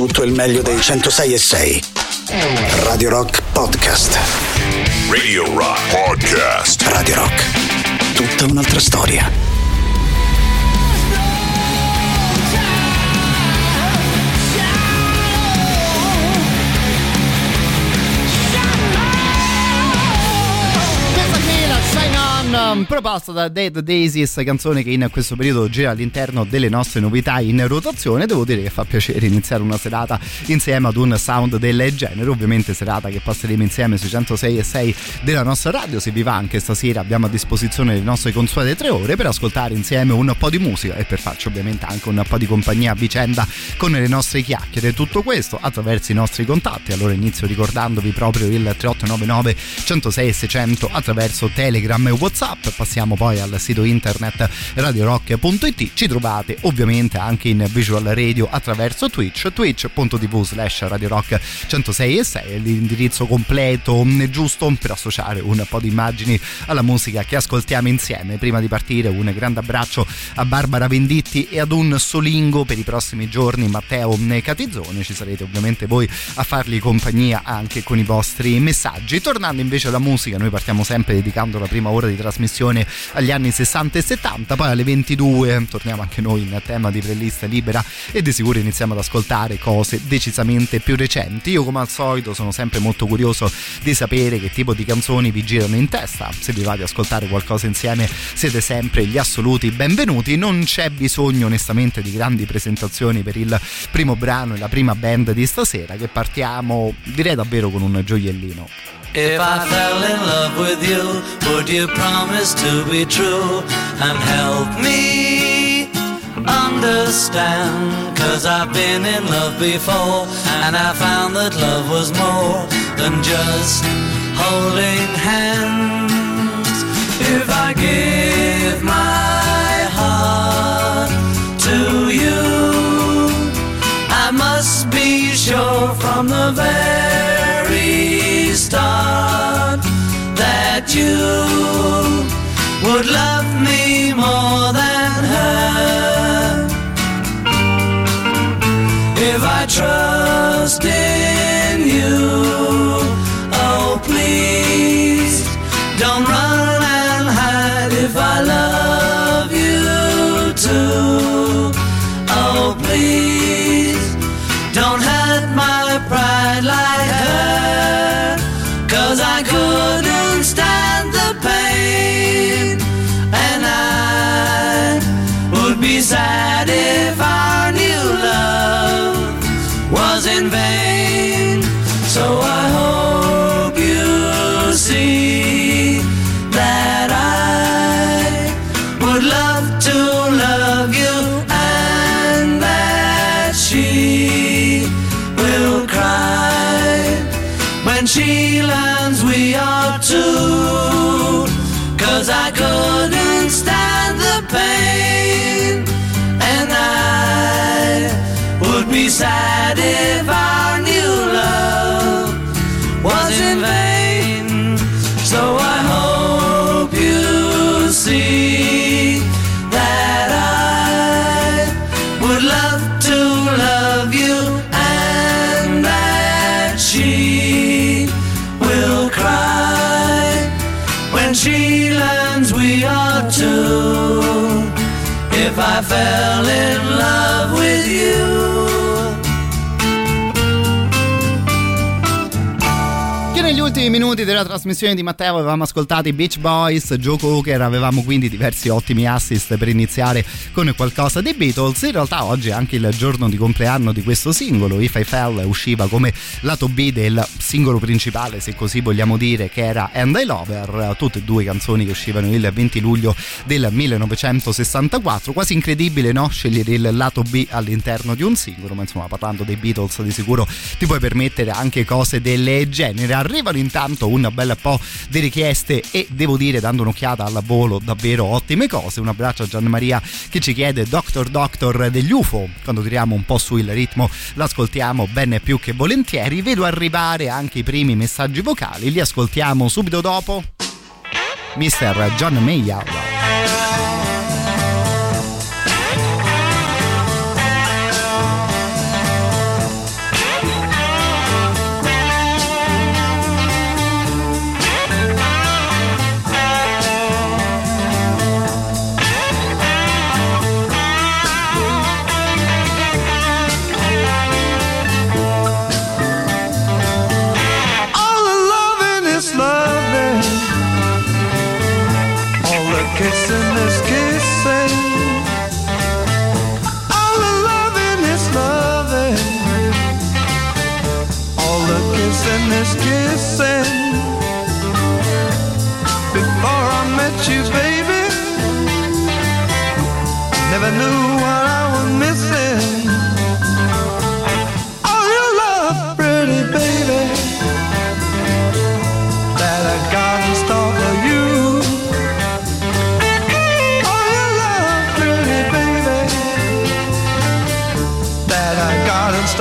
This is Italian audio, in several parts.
tutto il meglio dei 106.6. Radio Rock Podcast. Radio Rock Podcast. Radio Rock. Tutta un'altra storia. Proposta da Dead Daisies, canzone che in questo periodo gira all'interno delle nostre novità in rotazione. Devo dire che fa piacere iniziare una serata insieme ad un sound del genere, ovviamente serata che passeremo insieme sui 106.6 della nostra radio. Se vi va, anche stasera abbiamo a disposizione le nostre consuete 3 ore per ascoltare insieme un po' di musica e per farci ovviamente anche un po' di compagnia a vicenda con le nostre chiacchiere. Tutto questo attraverso i nostri contatti. Allora inizio ricordandovi proprio il 3899 106 600 attraverso Telegram e WhatsApp. Passiamo poi al sito internet radiorock.it. Ci trovate ovviamente anche in visual radio attraverso twitch.tv/radiorock 106.6 è l'indirizzo completo giusto per associare un po' di immagini alla musica che ascoltiamo insieme. Prima di partire un grande abbraccio a Barbara Venditti e ad un solingo per i prossimi giorni, Matteo Catizzone. Ci sarete ovviamente voi a fargli compagnia anche con i vostri messaggi. Tornando invece alla musica, noi partiamo sempre dedicando la prima ora di trasmissione agli anni 60 e 70, poi alle 22 torniamo anche noi in tema di playlist libera e di sicuro iniziamo ad ascoltare cose decisamente più recenti. Io come al solito sono sempre molto curioso di sapere che tipo di canzoni vi girano in testa. Se vi va di ascoltare qualcosa insieme siete sempre gli assoluti benvenuti. Non c'è bisogno onestamente di grandi presentazioni per il primo brano e la prima band di stasera, che partiamo direi davvero con un gioiellino. If I fell in love with you, would you promise to be true and help me understand? 'Cause I've been in love before and I found that love was more than just holding hands. If I give my heart to you, I must be sure from the very start that you would love me more than her. If I trust in you, oh please don't run and hide. If I love you too, oh please don't hurt my pride like her. 'Cause I couldn't stand the pain, and I would be sad if our new love was in vain. So I hope you see that I would love to love you and that she will cry when she learns we are two. 'Cause I couldn't stand the pain, and I would be sad if our new love was in vain. So I hope you see that I would love to love you and that she will cry when she learns we are two. If I fell in love with you. Negli ultimi minuti della trasmissione di Matteo avevamo ascoltato i Beach Boys, Joe Cocker, avevamo quindi diversi ottimi assist per iniziare con qualcosa dei Beatles. In realtà oggi è anche il giorno di compleanno di questo singolo. If I Fell usciva come lato B del singolo principale, se così vogliamo dire, che era And I Love Her, tutte e due canzoni che uscivano il 20 luglio del 1964. Quasi incredibile, no? Scegliere il lato B all'interno di un singolo, ma insomma, parlando dei Beatles di sicuro ti puoi permettere anche cose del genere. Arrivano intanto un bel po' di richieste e devo dire, dando un'occhiata al volo, davvero ottime cose. Un abbraccio a Gianmaria che ci chiede Doctor Doctor degli UFO. Quando tiriamo un po' su il ritmo l'ascoltiamo ben più che volentieri. Vedo arrivare anche i primi messaggi vocali, li ascoltiamo subito dopo. Mr. John Mayer.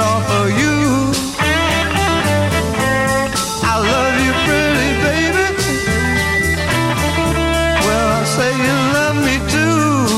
all for you. I love you pretty baby. Well, I say you love me too.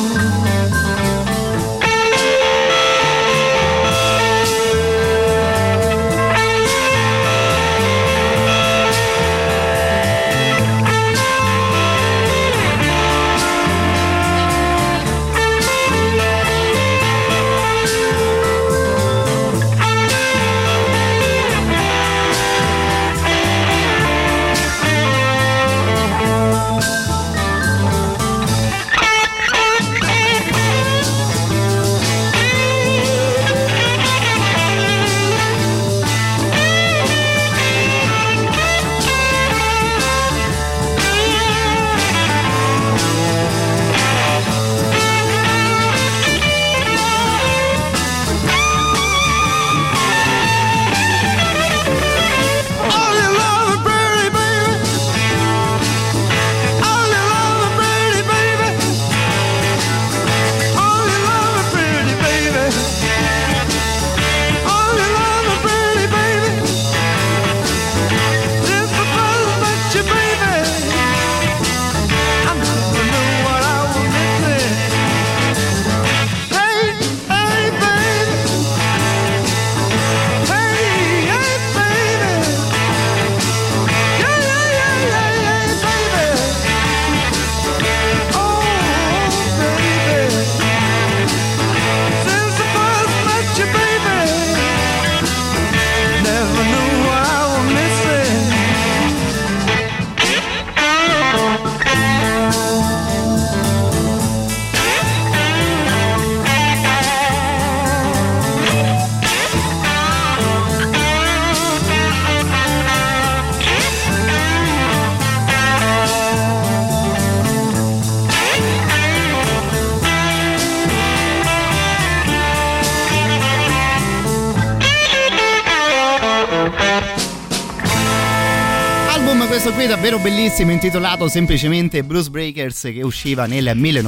Questo qui davvero bellissimo, intitolato semplicemente Blues Breakers, che usciva nel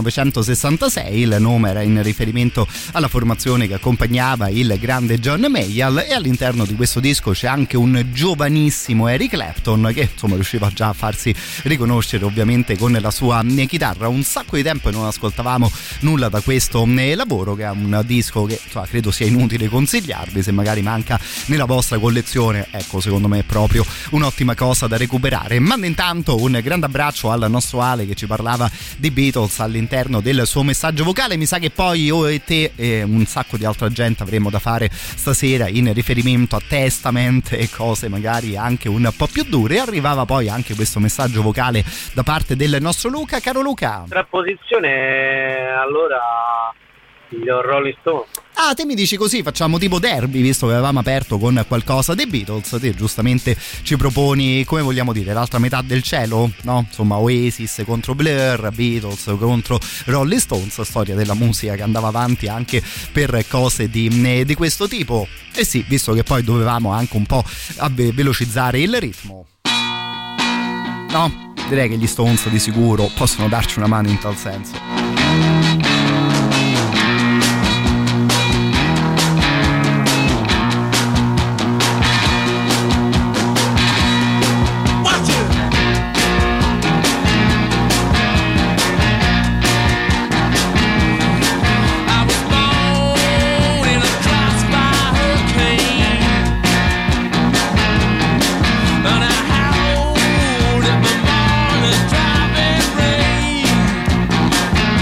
1966. Il nome era in riferimento alla formazione che accompagnava il grande John Mayall, e all'interno di questo disco c'è anche un giovanissimo Eric Clapton che insomma riusciva già a farsi riconoscere ovviamente con la sua chitarra. Un sacco di tempo non ascoltavamo nulla da questo lavoro, che è un disco che insomma, credo sia inutile consigliarvi. Se magari manca nella vostra collezione, ecco, secondo me è proprio un'ottima cosa da recuperare. Manda intanto un grande abbraccio al nostro Ale che ci parlava di Beatles all'interno del suo messaggio vocale. Mi sa che poi io e te e un sacco di altra gente avremo da fare stasera in riferimento a Testament e cose magari anche un po' più dure. Arrivava poi anche questo messaggio vocale da parte del nostro Luca. Caro Luca, trasposizione allora gli Rolling Stones. Ah, te mi dici così, facciamo tipo derby, visto che avevamo aperto con qualcosa dei Beatles. Te giustamente ci proponi, come vogliamo dire, l'altra metà del cielo, no? Insomma, Oasis contro Blur, Beatles contro Rolling Stones, storia della musica che andava avanti anche per cose di questo tipo. E sì, visto che poi dovevamo anche un po' velocizzare il ritmo, no? Direi che gli Stones di sicuro possono darci una mano in tal senso. Driving rain.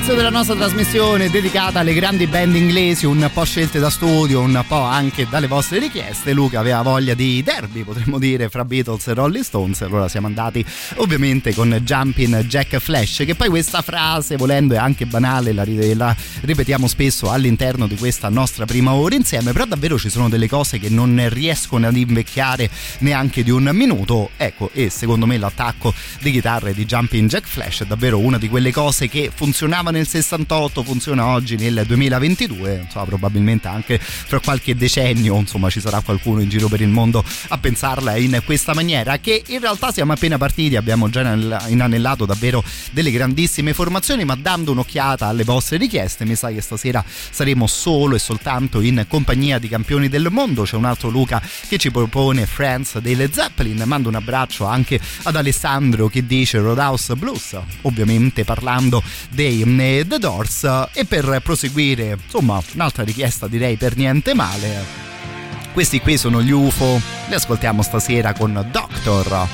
L'inizio della nostra trasmissione dedicata alle grandi band inglesi, un po' scelte da studio, un po' anche dalle vostre richieste. Luca aveva voglia di derby, potremmo dire, fra Beatles e Rolling Stones, allora siamo andati ovviamente con Jumpin' Jack Flash, che poi questa frase, volendo, è anche banale, la ripetiamo spesso all'interno di questa nostra prima ora insieme, però davvero ci sono delle cose che non riescono ad invecchiare neanche di un minuto, ecco, e secondo me l'attacco di chitarre di Jumpin' Jack Flash è davvero una di quelle cose che funzionava nel 68, funziona oggi nel 2022, insomma, probabilmente anche fra qualche decennio, insomma, ci sarà qualcuno in giro per il mondo a pensarla in questa maniera, che in realtà siamo appena partiti, abbiamo già inanellato davvero delle grandissime formazioni, ma dando un'occhiata alle vostre richieste mi sa che stasera saremo solo e soltanto in compagnia di campioni del mondo. C'è un altro Luca che ci propone Friends dei Led Zeppelin, mando un abbraccio anche ad Alessandro che dice Roadhouse Blues, ovviamente parlando dei The Doors. E per proseguire, insomma, un'altra richiesta direi per niente male, questi qui sono gli UFO, li ascoltiamo stasera con Doctor.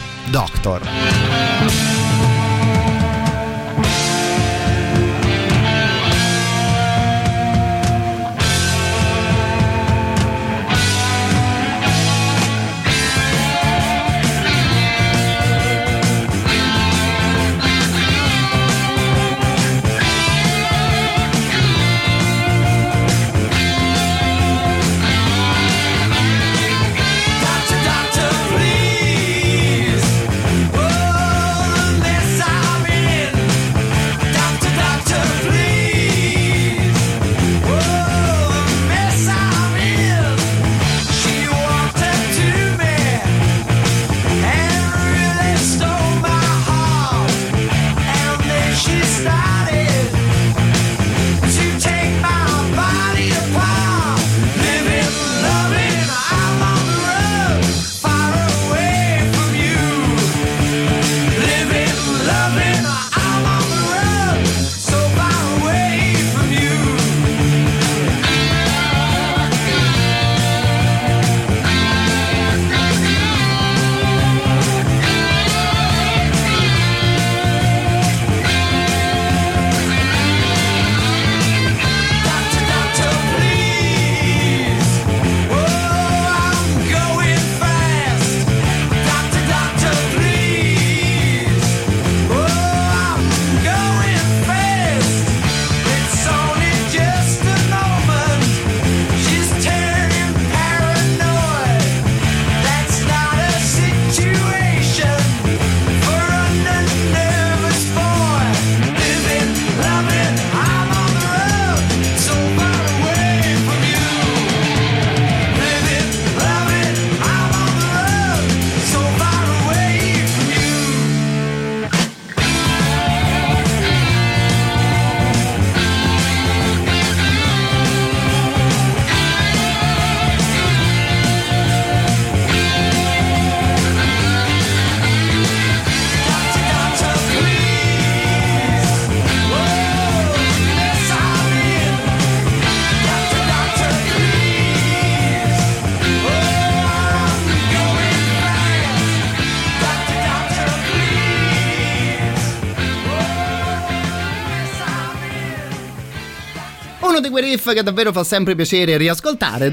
Di quei riff che davvero fa sempre piacere riascoltare.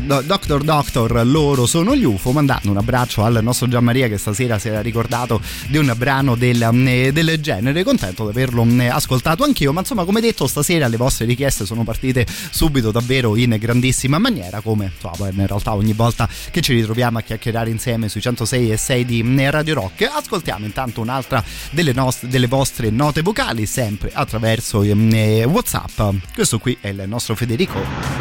Doctor, loro sono gli UFO, mandando un abbraccio al nostro Gianmaria che stasera si era ricordato di un brano del genere, contento di averlo ascoltato anch'io, ma insomma, come detto, stasera le vostre richieste sono partite subito davvero in grandissima maniera, come insomma, in realtà ogni volta che ci ritroviamo a chiacchierare insieme sui 106.6 di Radio Rock. Ascoltiamo intanto un'altra delle vostre note vocali, sempre attraverso WhatsApp. Questo qui è il nostro Federico.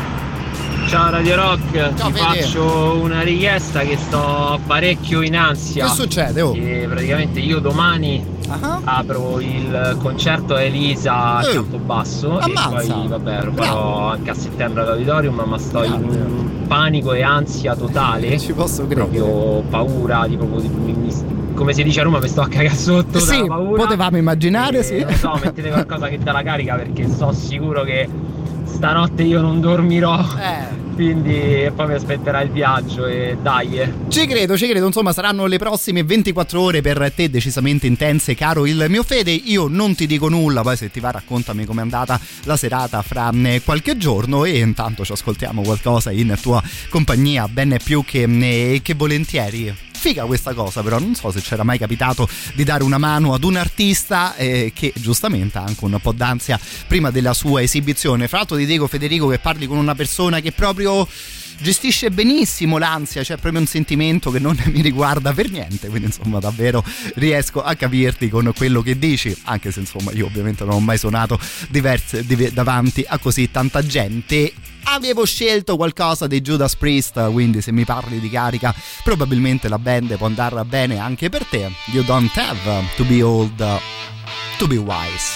Ciao Radio Rock, Ciao, ti Fede. faccio una richiesta che sto parecchio in ansia. Che succede? Oh. E praticamente io domani apro il concerto a Elisa a Campobasso Ammazza. e poi vabbè lo farò anche a settembre all'auditorium, ma sto in panico e ansia totale. Ci posso credere. Proprio paura, tipo come si dice a Roma, mi sto a cagare sotto Sì, dalla paura. potevamo immaginare, E, sì. non so, mettete qualcosa che dà la carica, perché so sicuro che stanotte io non dormirò quindi poi mi aspetterà il viaggio e dai. Ci credo, insomma saranno le prossime 24 ore per te decisamente intense, caro il mio Fede. Io non ti dico nulla, poi se ti va raccontami com'è andata la serata fra qualche giorno, e intanto ci ascoltiamo qualcosa in tua compagnia ben più che volentieri. Figa questa cosa, però non so se c'era mai capitato di dare una mano ad un artista che giustamente ha anche un po' d'ansia prima della sua esibizione. Fra l'altro ti dico, Federico, che parli con una persona che proprio gestisce benissimo l'ansia, cioè proprio un sentimento che non mi riguarda per niente, quindi insomma davvero riesco a capirti con quello che dici, anche se insomma io ovviamente non ho mai suonato davanti a così tanta gente. Avevo scelto qualcosa dei Judas Priest, quindi se mi parli di carica probabilmente la band può andare bene anche per te. You don't have to be old to be wise.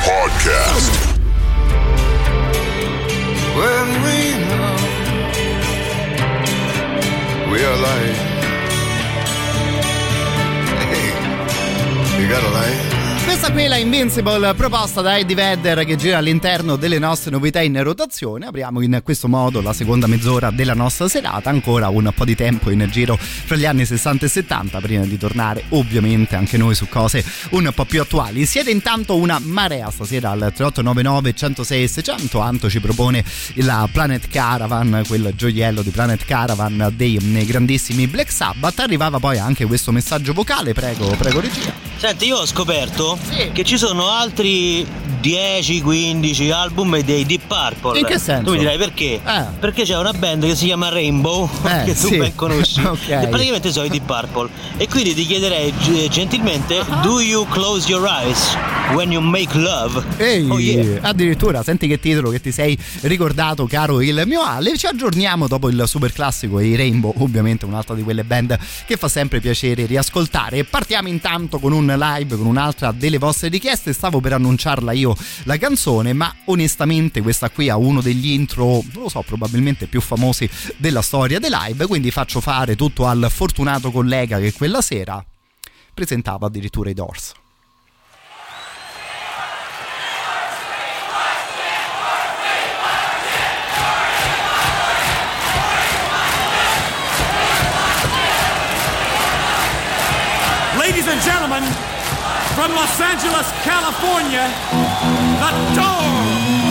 Podcast. When we know we are alive. Hey, you got a life? Questa qui è la Invincible proposta da Eddie Vedder, che gira all'interno delle nostre novità in rotazione. Apriamo in questo modo la seconda mezz'ora della nostra serata, ancora un po' di tempo in giro fra gli anni 60 e 70 prima di tornare ovviamente anche noi su cose un po' più attuali. Siete intanto una marea stasera al 3899 106 600. Anto ci propone la Planet Caravan, quel gioiello di Planet Caravan dei grandissimi Black Sabbath. Arrivava poi anche questo messaggio vocale, prego regia. Senti, io ho scoperto che ci sono altri 10-15 album dei Deep Purple. In che senso? Tu mi dirai perché? Perché c'è una band che si chiama Rainbow, che tu ben conosci, okay. che praticamente sono i Deep Purple. E quindi ti chiederei gentilmente, do you close your eyes when you make love? Ehi, oh yeah. Addirittura, senti che titolo che ti sei ricordato, caro il mio Ale. Ci aggiorniamo dopo il super classico e i Rainbow, ovviamente un'altra di quelle band che fa sempre piacere riascoltare. Partiamo intanto con un live, con un'altra delle vostre richieste. Stavo per annunciarla io la canzone, ma onestamente questa qui ha uno degli intro, non lo so, probabilmente più famosi della storia dei live, quindi faccio fare tutto al fortunato collega che quella sera presentava addirittura i Doors. Ladies and gentlemen, from Los Angeles, California, the Doors!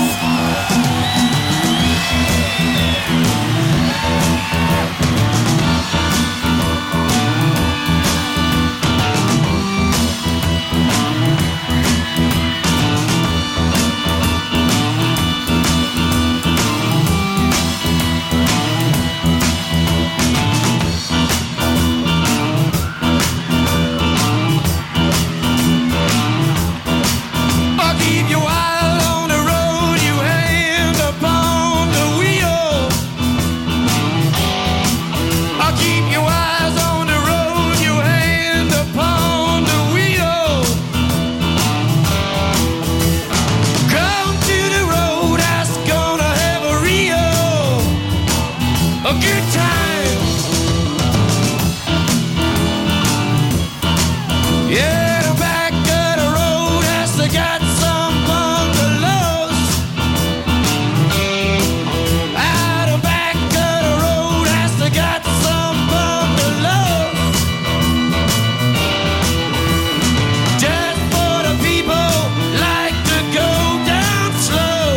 Keep your eye on the road, you hand upon the wheel. I'll keep your eyes on the road, you hand upon the wheel. Come to the road, that's gonna have a good time. Yeah, the back of the road has to got some bungalows. Out the back of the road has to got some bungalows. Just for the people like to go down slow.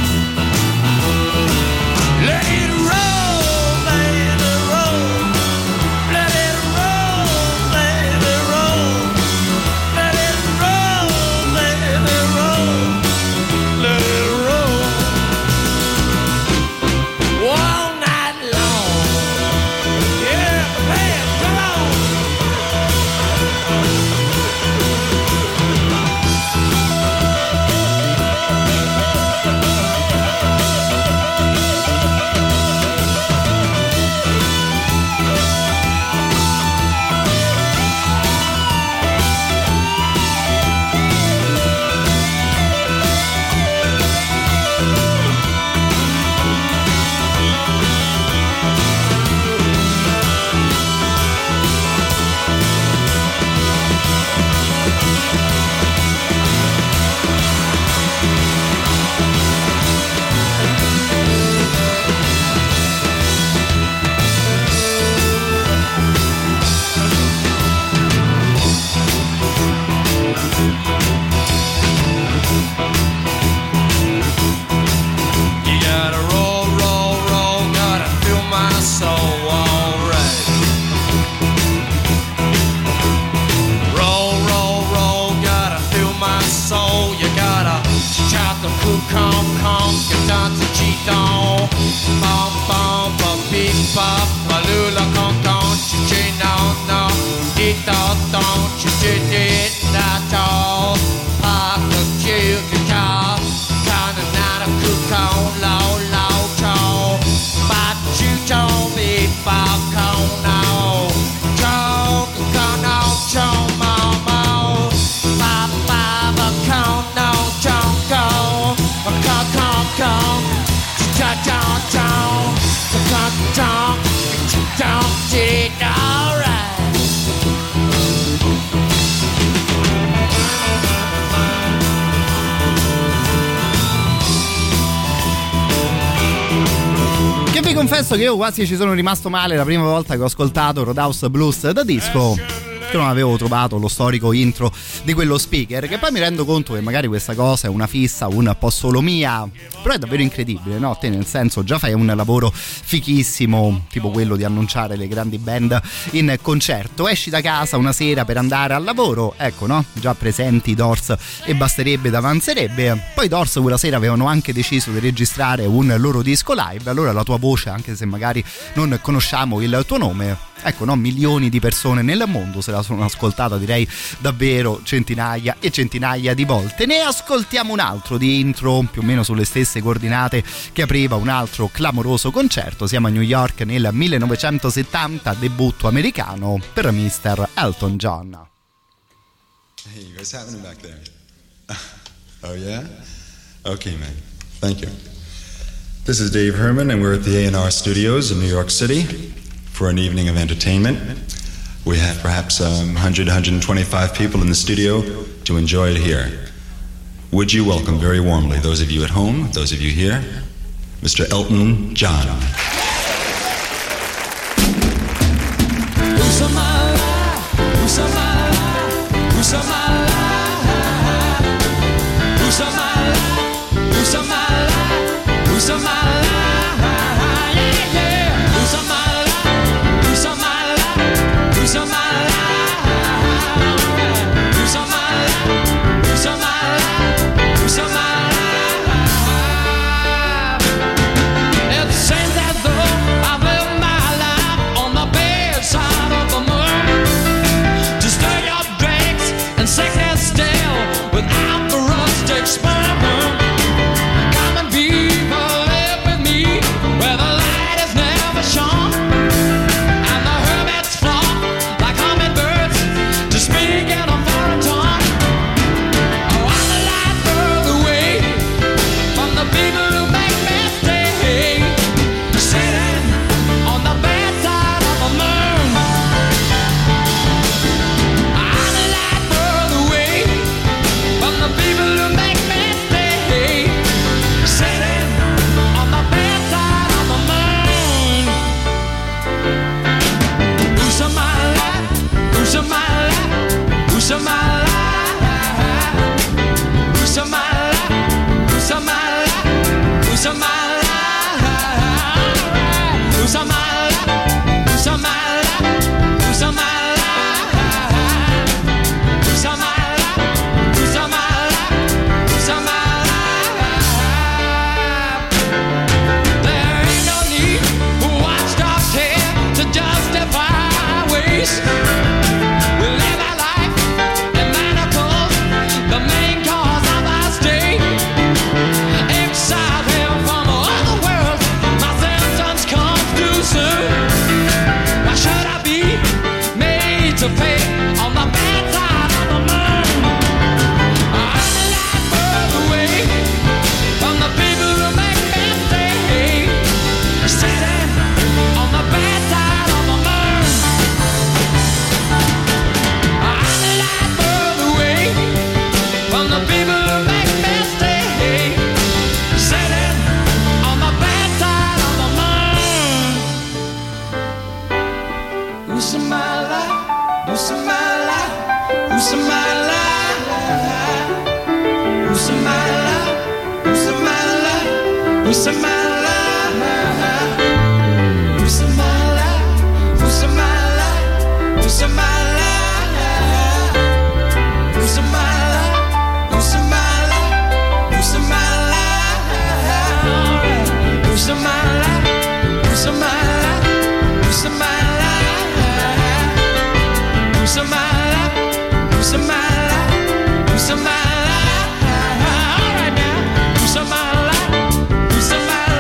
Let it roll, let it roll. Let it roll, let it roll. Let it roll, let it roll. Let it roll. All night long. Yeah, man, come on. You gotta roll, roll, roll, gotta feel my soul, alright. Roll, roll, roll, gotta feel my soul. You gotta shout the cool, calm, get down to G-Don. Bum, bum, bum, beep, bop, balula, con, chi, no, no. Eat, don't, chi, not all. Pop the cue, car. Kinda not a cook on low, low tone. But you told me about cone now. Choke, cone, no, chone, mo, mo. Pop, a cone, no, chone. confesso che io quasi ci sono rimasto male la prima volta che ho ascoltato Roadhouse Blues da disco, che non avevo trovato lo storico intro di quello speaker, che poi mi rendo conto che magari questa cosa è una fissa un po' solo mia, però è davvero incredibile, no? Te nel senso già fai un lavoro fichissimo, tipo quello di annunciare le grandi band in concerto, esci da casa una sera per andare al lavoro, ecco, no? Già presenti i Doors e basterebbe ed avanzerebbe. Poi i Doors quella sera avevano anche deciso di registrare un loro disco live, allora la tua voce, anche se magari non conosciamo il tuo nome, ecco, no, milioni di persone nel mondo se la sono ascoltata, direi davvero centinaia e centinaia di volte. Ne ascoltiamo un altro di intro più o meno sulle stesse coordinate che apriva un altro clamoroso concerto. Siamo a New York nel 1970, debutto americano per Mr. Elton John. Hey, what's happening back there? Oh yeah? Okay, man. Thank you. This is Dave Herman and we're at the A&R Studios in New York City for an evening of entertainment. We have perhaps 100, 125 people in the studio to enjoy it here. Would you welcome very warmly, those of you at home, those of you here, Mr. Elton John. Who's on my life? Who's on my life? Who's on my life? Who's on my life? Who's on my life? Who's on my life? Yeah, yeah. Who's on my life? Who's on my life? Who's on my life? Who's on my life? Who's on my life? Who's on my life? It seems as though I've lived my life on the bad side of the moon. To stir your drinks and sickness still without the rustic spoon. Come and people live with me where the light is never shone. And the hermits flock like hummingbirds to speak in a foreign tongue. Oh, I'm a light further away from the people who make me stay. Sitting on the bad side of the moon. I'm a light further away from the people who make me stay. Sitting on the bad side of the moon. Who's on my life? Who's on my life? Who's on my life? Who's on my life? Who's on my life? Who's on my life? Who's on my life? Who's on my life? Who's on my life? Who's on my life? Who's on my life? Who's on my life? There ain't no need for watchdogs here to justify our ways. We live our life in manacles, the main cause of our stay. Exiled here from other worlds, my sentence comes too soon. Why should I be made to pay on the bad side of the moon? I'm a light further away from the people who make me stay. Sitting on the bad side of the moon. I'm a light further away from the people who make me stay. Sitting on the bad side of the moon. Who's in my life? Who's in my life? Who's in my life? Who's in my life? Who's in my life? Who's in my life? Who's in my life? Who's in my life? Who's in my life? Who's in my life? Who's in my life? Who's in my life? Who's in my life? Who's in my life? Who's in my life? Who's in my life? Who's in my life? Who's in my life? All right now. Who's in my life? Who's in my life?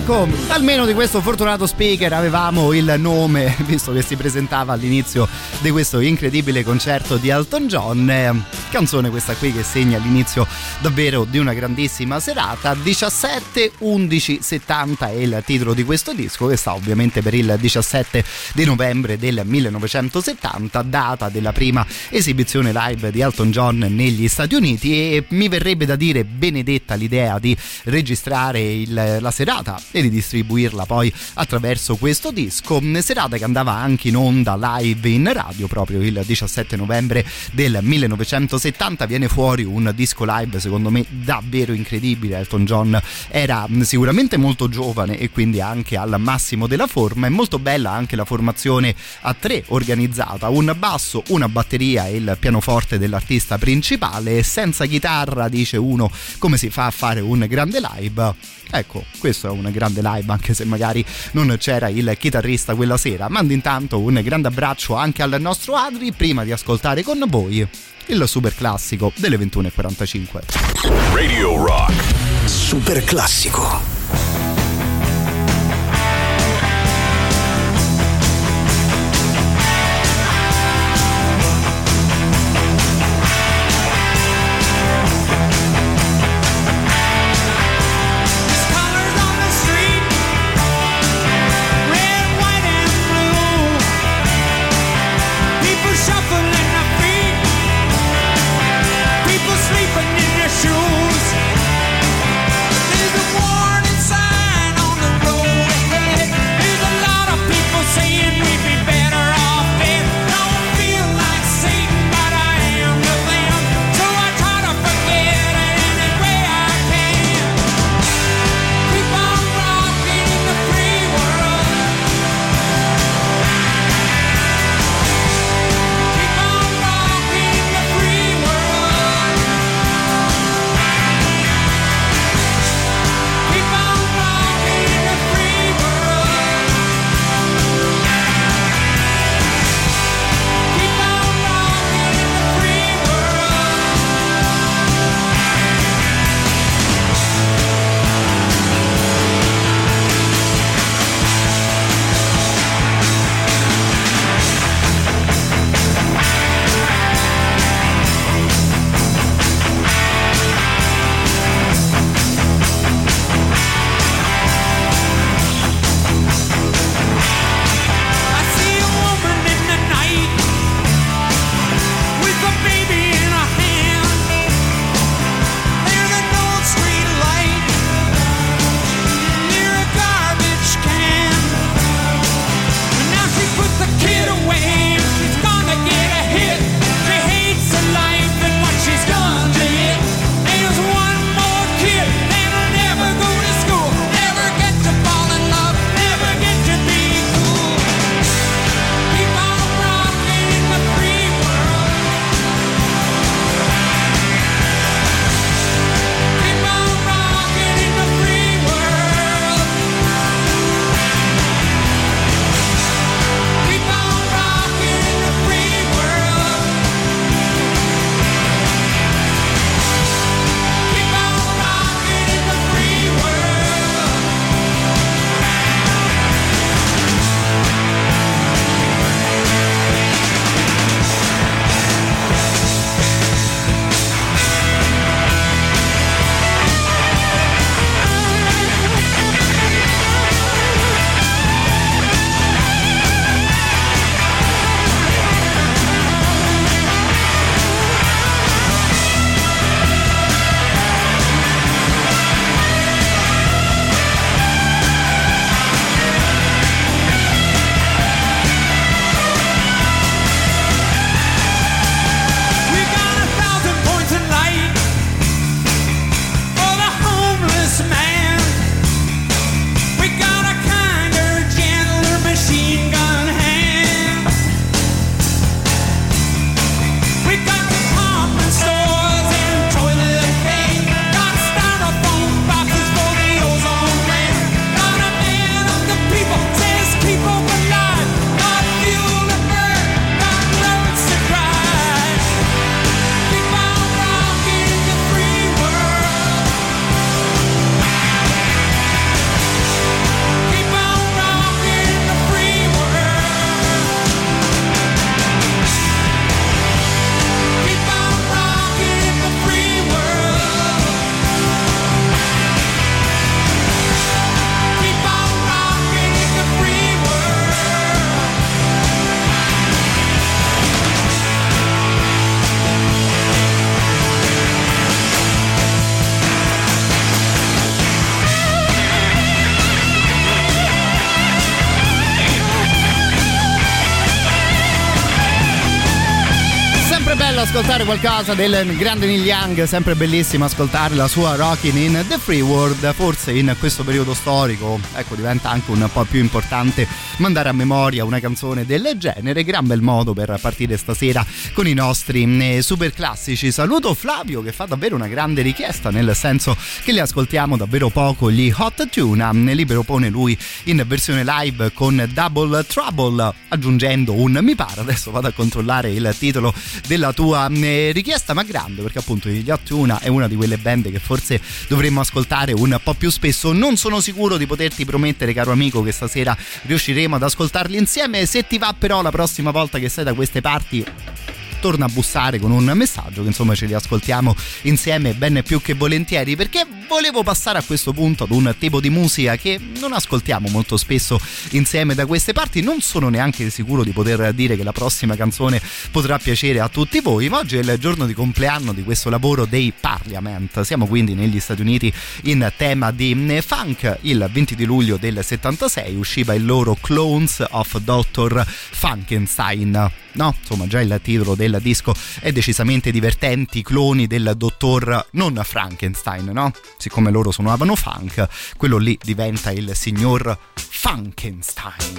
Ecco, almeno di questo fortunato speaker avevamo il nome, visto che si presentava all'inizio di questo incredibile concerto di Elton John. Canzone questa qui che segna l'inizio davvero di una grandissima serata. 17-11-70 è il titolo di questo disco, che sta ovviamente per il 17 di novembre del 1970, data della prima esibizione live di Elton John negli Stati Uniti, e mi verrebbe da dire benedetta l'idea di registrare la serata e di distribuirla poi attraverso questo disco, serata che andava anche in onda live in radio proprio il 17 novembre del 1970. Viene fuori un disco live secondo me davvero incredibile. Elton John era sicuramente molto giovane e quindi anche al massimo della forma. È molto bella anche la formazione a tre organizzata: un basso, una batteria e il pianoforte dell'artista principale. Senza chitarra, dice uno, come si fa a fare un grande live? Ecco, questo è un grande live, anche se magari non c'era il chitarrista quella sera. Mando intanto un grande abbraccio anche al nostro Adri, prima di ascoltare con voi il super classico delle 21:45. Radio Rock Super classico. Sleeping in their shoes. There's a warning bello ascoltare qualcosa del grande Neil Young, sempre bellissimo ascoltare la sua Rockin' in the Free World. Forse in questo periodo storico, ecco, diventa anche un po' più importante mandare a memoria una canzone del genere. Gran bel modo per partire stasera con i nostri super classici. Saluto Flavio che fa davvero una grande richiesta, nel senso che li ascoltiamo davvero poco, gli Hot Tuna. Li propone lui in versione live con Double Trouble, aggiungendo un mi pare, adesso vado a controllare il titolo della tua richiesta, ma grande, perché appunto gli Hot Tuna è una di quelle band che forse dovremmo ascoltare un po' più spesso. Non sono sicuro di poterti promettere, caro amico, che stasera riusciremo ad ascoltarli insieme. Se ti va però, la prossima volta che sei da queste parti torna a bussare con un messaggio, che insomma ce li ascoltiamo insieme ben più che volentieri, perché volevo passare a questo punto ad un tipo di musica che non ascoltiamo molto spesso insieme da queste parti. Non sono neanche sicuro di poter dire che la prossima canzone potrà piacere a tutti voi, ma oggi è il giorno di compleanno di questo lavoro dei Parliament. Siamo quindi negli Stati Uniti in tema di funk. Il 20 di luglio del 76 usciva il loro Clones of Dr. Funkenstein. No, insomma, già il titolo del disco è decisamente divertente. Cloni del dottor non Frankenstein, no? Siccome loro suonavano funk, quello lì diventa il signor Funkenstein.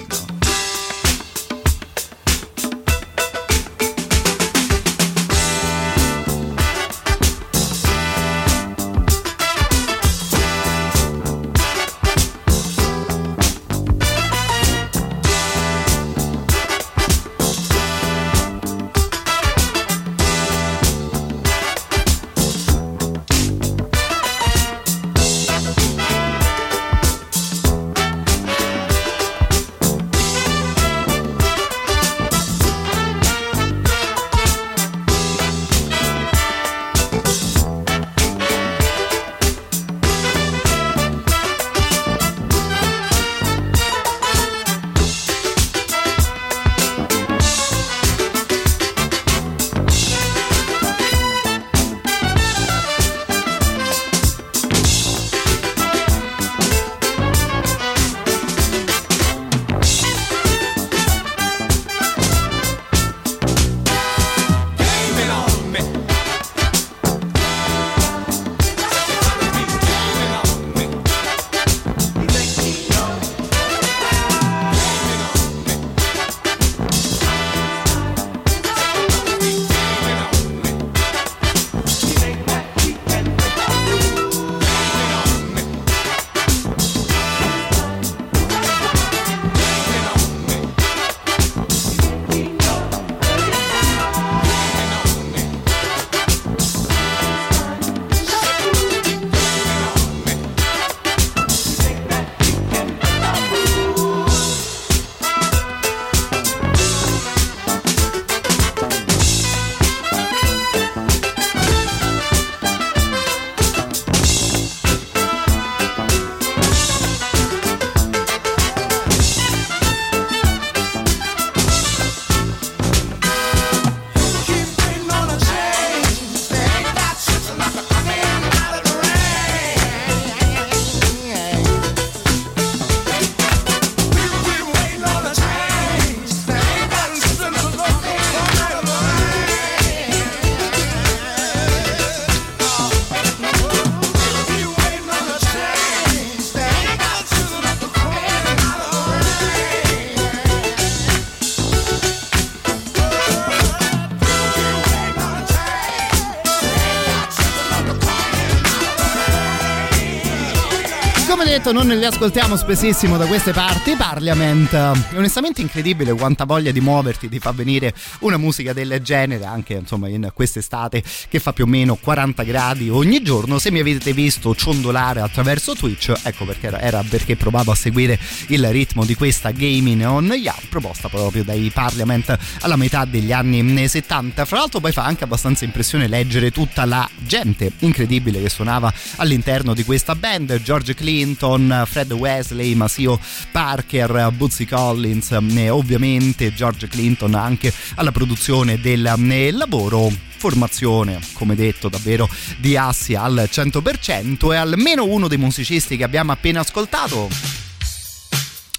Non li ascoltiamo spessissimo da queste parti. Parliament, è onestamente incredibile quanta voglia di muoverti ti fa venire una musica del genere, anche insomma in quest'estate che fa più o meno 40 gradi ogni giorno. Se mi avete visto ciondolare attraverso Twitch, ecco perché provavo a seguire il ritmo di questa Gaming on Ya, proposta proprio dai Parliament alla metà degli anni 70. Fra l'altro poi fa anche abbastanza impressione leggere tutta la gente incredibile che suonava all'interno di questa band: George Clinton, Fred Wesley, Maceo Parker, Bootsy Collins, ovviamente George Clinton anche alla produzione del lavoro. Formazione, come detto, davvero di assi al 100%, e almeno uno dei musicisti che abbiamo appena ascoltato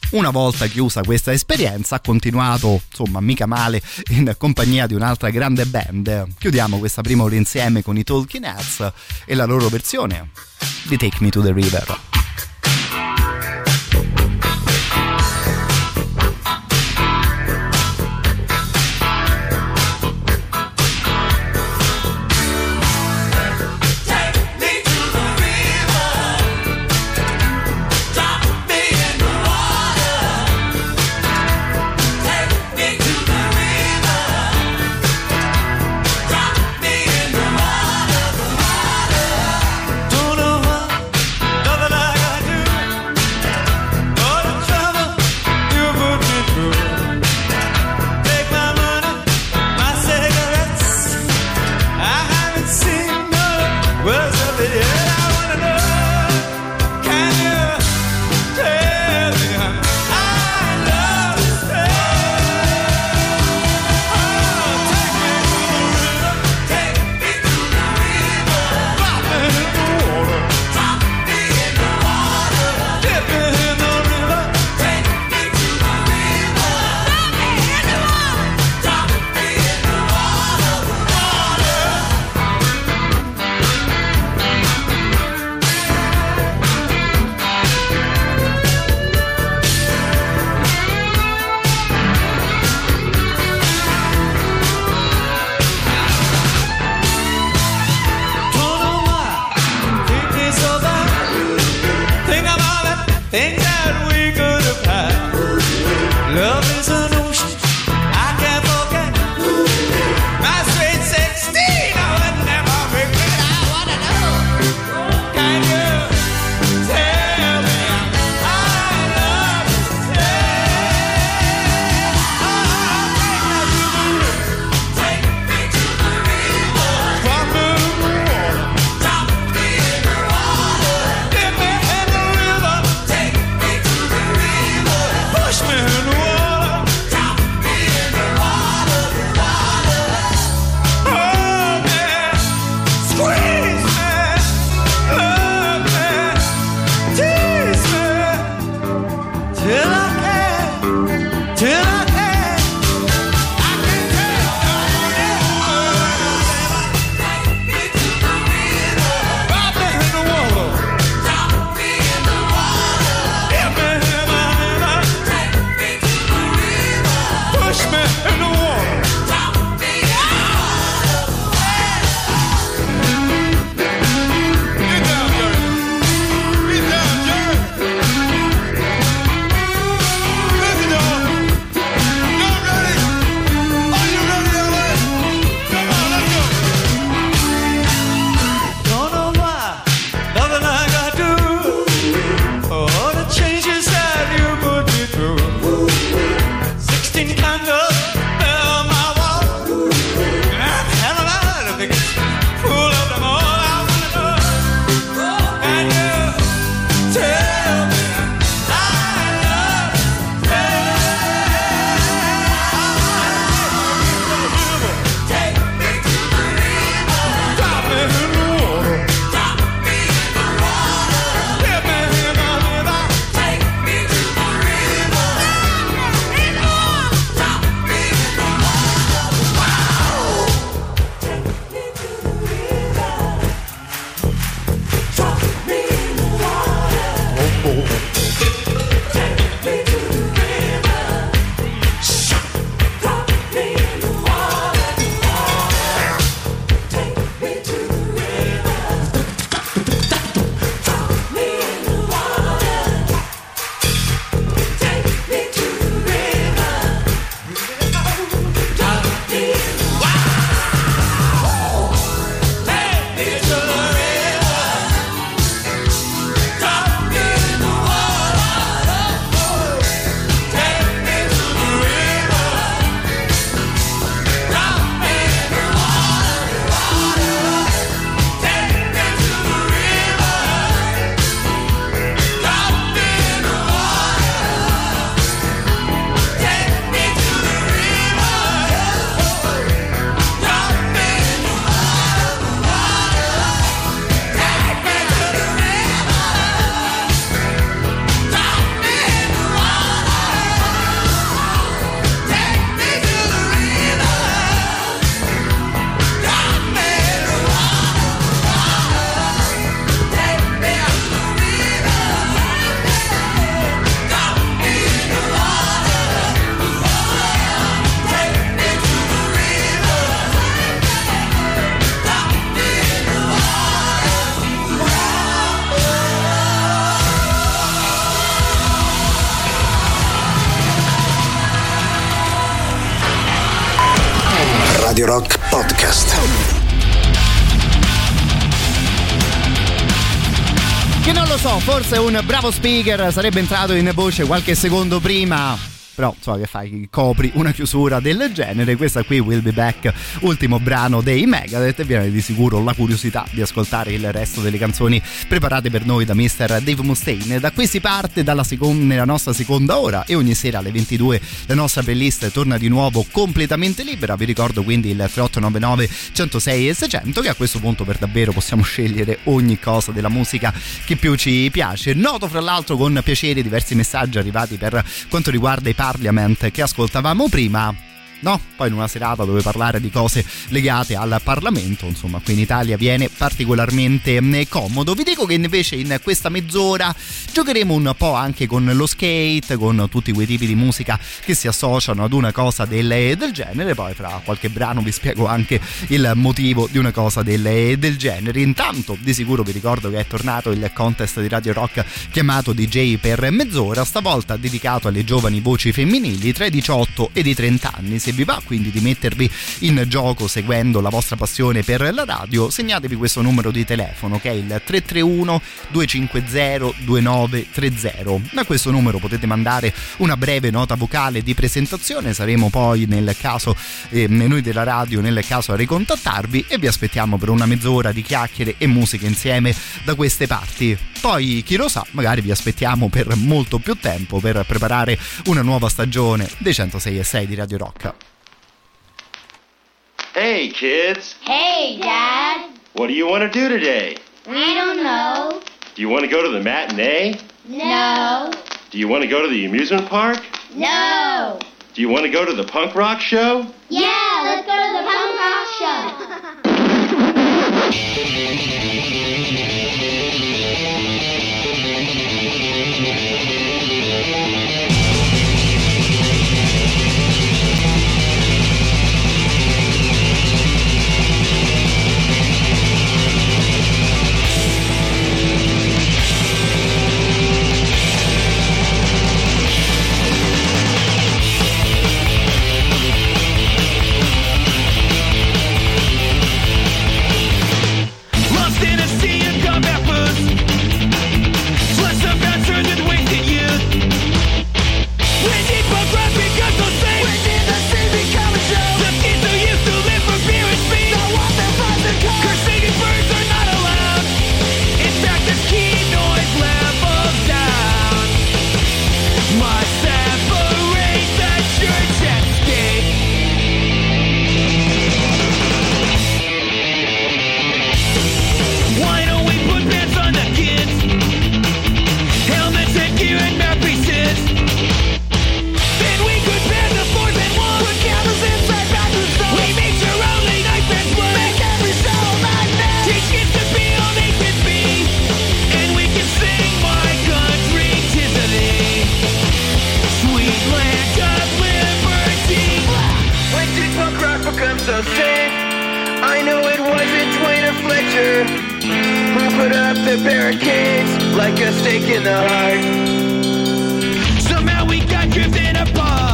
una volta chiusa questa esperienza ha continuato, insomma, mica male, in compagnia di un'altra grande band. Chiudiamo questa prima ora insieme con i Talking Heads e la loro versione di Take Me to the River. Don't know what, nothing I Radio Rock Podcast. Che non lo so, forse un bravo speaker sarebbe entrato in voce qualche secondo prima. Però insomma, che fai? Copri una chiusura del genere. Questa qui, We'll Be Back, ultimo brano dei Megadeth, e viene di sicuro la curiosità di ascoltare il resto delle canzoni preparate per noi da Mr. Dave Mustaine. Da qui si parte nella nostra seconda ora, e ogni sera alle 22 la nostra playlist torna di nuovo completamente libera. Vi ricordo quindi il 3899 106 e 600, che a questo punto per davvero possiamo scegliere ogni cosa della musica che più ci piace. Noto fra l'altro con piacere diversi messaggi arrivati per quanto riguarda i Parliament che ascoltavamo prima. No, poi in una serata dove parlare di cose legate al Parlamento, insomma, qui in Italia viene particolarmente comodo. Vi dico che invece in questa mezz'ora giocheremo un po' anche con lo skate, con tutti quei tipi di musica che si associano ad una cosa del genere. Poi fra qualche brano vi spiego anche il motivo di una cosa del genere. Intanto di sicuro vi ricordo che è tornato il contest di Radio Rock chiamato DJ per mezz'ora, stavolta dedicato alle giovani voci femminili tra i 18 ed i 30 anni. Se vi va quindi di mettervi in gioco seguendo la vostra passione per la radio, segnatevi questo numero di telefono che è il 331 250 2930. Da questo numero potete mandare una breve nota vocale di presentazione, saremo poi nel caso noi della radio nel caso a ricontattarvi, e vi aspettiamo per una mezz'ora di chiacchiere e musica insieme da queste parti. Poi chi lo sa, magari vi aspettiamo per molto più tempo per preparare una nuova stagione dei 106.6 di Radio Rock. Hey, kids. Hey, Dad. What do you want to do today? I don't know. Do you want to go to the matinee? No. Do you want to go to the amusement park? No. Do you want to go to the punk rock show? Yeah, let's go to the punk rock show. I know it wasn't Twain or Fletcher who put up the barricades like a stake in the heart. Somehow we got drifted apart.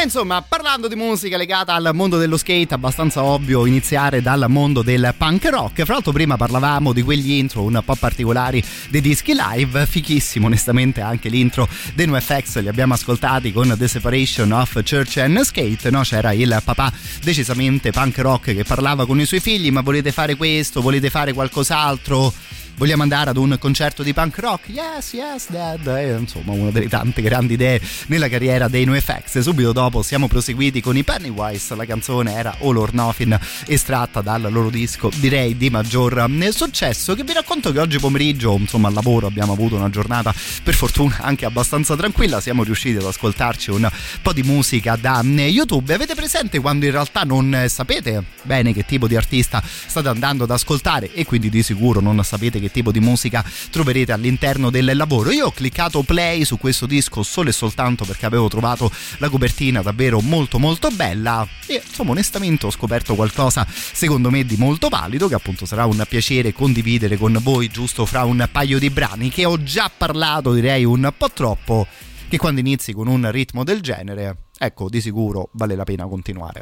insomma, parlando di musica legata al mondo dello skate, abbastanza ovvio iniziare dal mondo del punk rock. Fra l'altro prima parlavamo di quegli intro un po' particolari dei dischi live, fichissimo onestamente anche l'intro dei NoFX, li abbiamo ascoltati con The Separation of Church and Skate, no? C'era il papà decisamente punk rock che parlava con i suoi figli: ma volete fare questo, volete fare qualcos'altro? Vogliamo andare ad un concerto di punk rock? Yes, yes, dad. Insomma, una delle tante grandi idee nella carriera dei NoFX. Subito dopo siamo proseguiti con i Pennywise. La canzone era All or Nothing, estratta dal loro disco, direi di maggior successo, che vi racconto che oggi pomeriggio, insomma, al lavoro abbiamo avuto una giornata per fortuna anche abbastanza tranquilla. Siamo riusciti ad ascoltarci un po' di musica da YouTube. Avete presente quando in realtà non sapete bene che tipo di artista state andando ad ascoltare e quindi di sicuro non sapete che tipo di musica troverete all'interno del lavoro? Io ho cliccato play su questo disco solo e soltanto perché avevo trovato la copertina davvero molto molto bella e insomma onestamente ho scoperto qualcosa secondo me di molto valido, che appunto sarà un piacere condividere con voi giusto fra un paio di brani che ho già parlato, direi un po' troppo, che quando inizi con un ritmo del genere, ecco, di sicuro vale la pena continuare.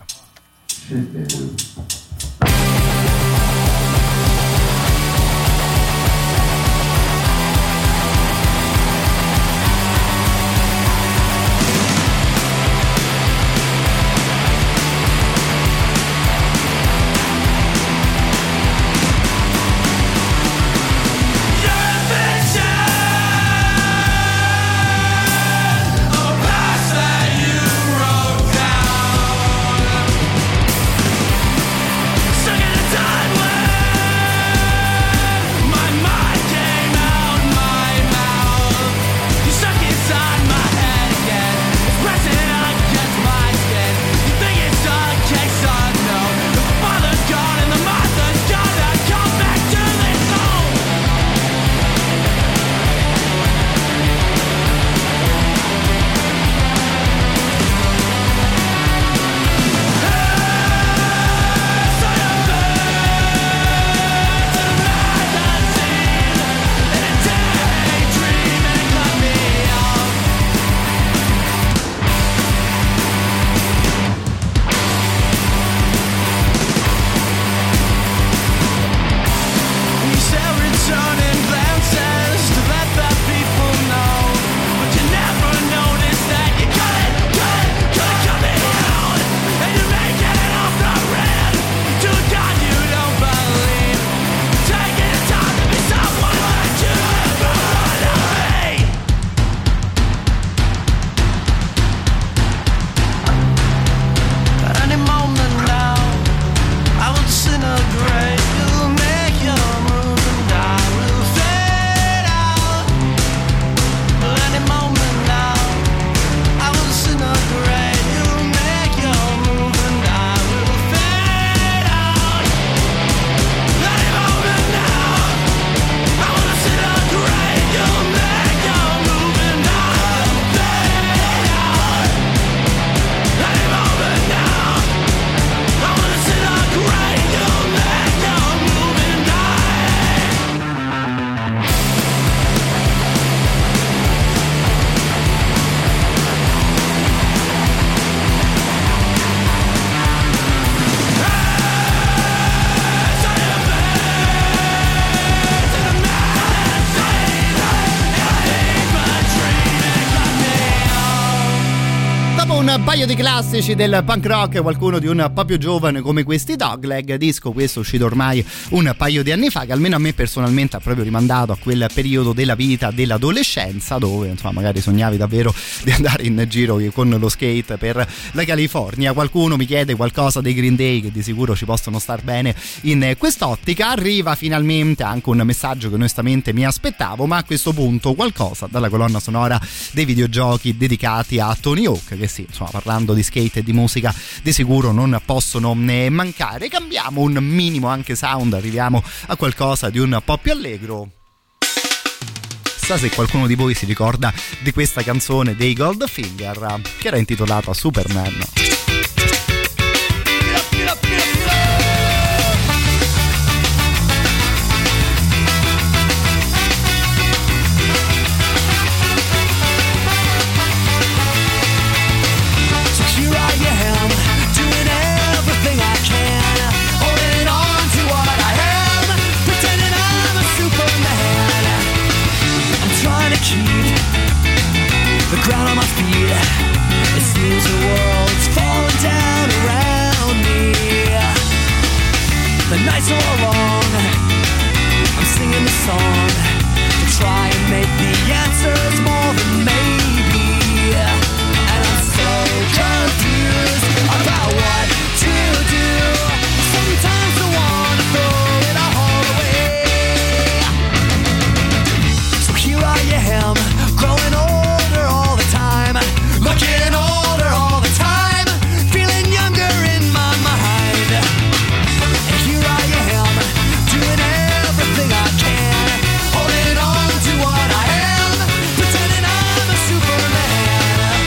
Un paio di classici del punk rock, qualcuno di un po' più giovane come questi Dogleg, disco questo uscito ormai un paio di anni fa, che almeno a me personalmente ha proprio rimandato a quel periodo della vita dell'adolescenza dove insomma magari sognavi davvero di andare in giro con lo skate per la California. Qualcuno mi chiede qualcosa dei Green Day, che di sicuro ci possono star bene in quest'ottica. Arriva finalmente anche un messaggio che onestamente mi aspettavo, ma a questo punto qualcosa dalla colonna sonora dei videogiochi dedicati a Tony Hawk, che sì, insomma, parlando di skate e di musica di sicuro non possono mancare. Cambiamo un minimo anche sound, arriviamo a qualcosa di un po' più allegro. Chissà se qualcuno di voi si ricorda di questa canzone dei Goldfinger che era intitolata Superman. Secure on my feet. It seems the world's falling down around me. The nights are long, I'm singing the song to try and make the answers more than maybe. And I'm so confused about what to do. Sometimes I wanna throw it all away. So here I am, growing older all the time, looking older all the time, feeling younger in my mind. And here I am, doing everything I can, holding on to what I am, pretending I'm a Superman.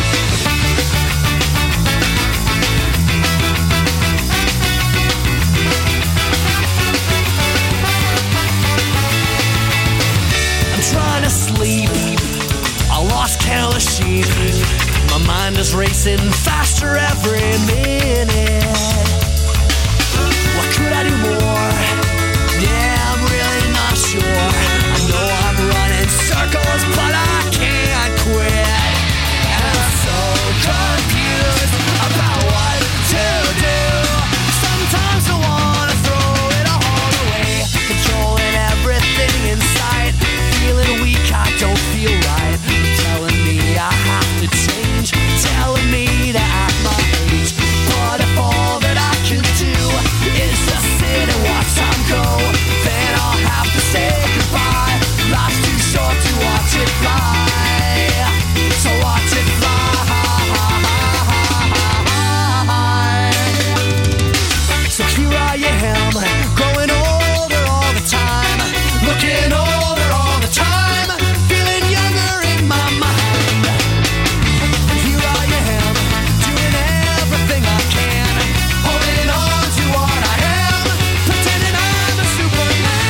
I'm trying to sleep, I lost count of sheep. My mind is racing faster every minute. What could I do more? Yeah, I'm really not sure. I know I'm running circles, but I can't quit. And I'm so confused about what to do. Sometimes I wanna throw it all away, controlling everything in sight. Feeling weak, I don't feel right. Telling me I have to change, telling me to act my age. But if all that I can do is just sit and watch time go, then I'll have to say goodbye. Life's too short to watch it fly, so watch it fly. So here I am, growing older all the time, looking older all the time, feeling younger in my mind. And here I am, doing everything I can, holding on to what I am, pretending I'm a Superman.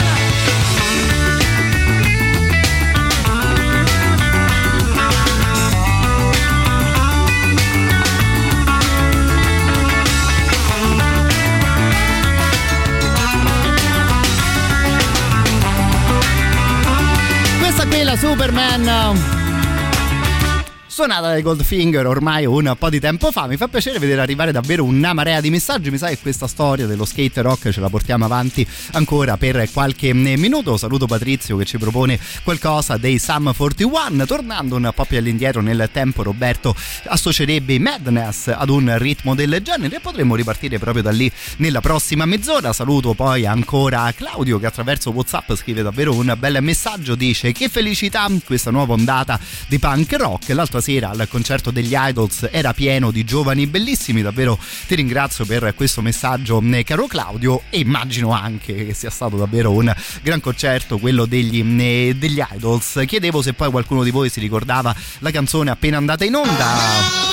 Questa qui è la Superman, suonata dai Goldfinger ormai un po' di tempo fa. Mi fa piacere vedere arrivare davvero una marea di messaggi. Mi sa che questa storia dello skate rock ce la portiamo avanti ancora per qualche minuto. Saluto Patrizio che ci propone qualcosa dei Sum 41. Tornando un po' più all'indietro nel tempo, Roberto associerebbe i Madness ad un ritmo del genere e potremmo ripartire proprio da lì nella prossima mezz'ora. Saluto poi ancora Claudio che attraverso WhatsApp scrive davvero un bel messaggio. Dice: che felicità questa nuova ondata di punk rock. L'altra sera al concerto degli Idols era pieno di giovani bellissimi. Davvero ti ringrazio per questo messaggio, caro Claudio, e immagino anche che sia stato davvero un gran concerto quello degli Idols. Chiedevo se poi qualcuno di voi si ricordava la canzone appena andata in onda.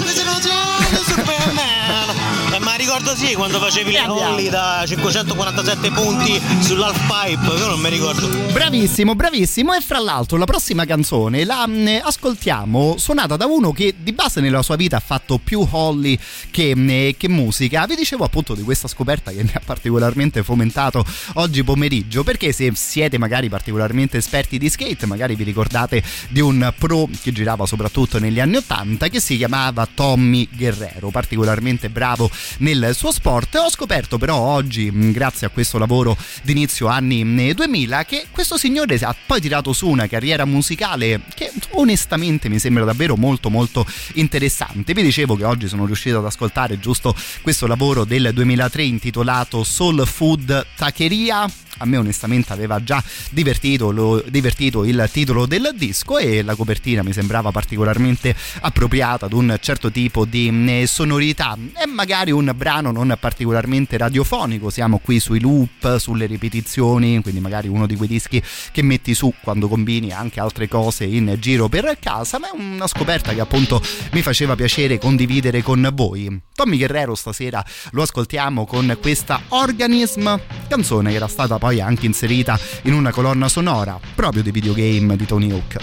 Ma ricordo sì, quando facevi le rolli da 547 punti sull'half pipe, io non mi ricordo. Bravissimo, bravissimo. E fra l'altro la prossima canzone la ascoltiamo suonata da uno che di base nella sua vita ha fatto più Holly che musica. Vi dicevo appunto di questa scoperta che mi ha particolarmente fomentato oggi pomeriggio, perché se siete magari particolarmente esperti di skate, magari vi ricordate di un pro che girava soprattutto negli anni 80 che si chiamava Tommy Guerrero, particolarmente bravo nel suo sport. Ho scoperto però oggi, grazie a questo lavoro d'inizio anni 2000, che questo signore ha poi tirato su una carriera musicale che onestamente mi sembra davvero molto molto interessante. Vi dicevo che oggi sono riuscito ad ascoltare giusto questo lavoro del 2003 intitolato Soul Food Taqueria. A me onestamente aveva già divertito il titolo del disco e la copertina mi sembrava particolarmente appropriata ad un certo tipo di sonorità. È magari un brano non particolarmente radiofonico, siamo qui sui loop, sulle ripetizioni, quindi magari uno di quei dischi che metti su quando combini anche altre cose in giro per casa, ma è una scoperta che appunto mi faceva piacere condividere con voi. Tommy Guerrero stasera lo ascoltiamo con questa Organism, canzone che era stata poi anche inserita in una colonna sonora proprio dei videogame di Tony Hawk.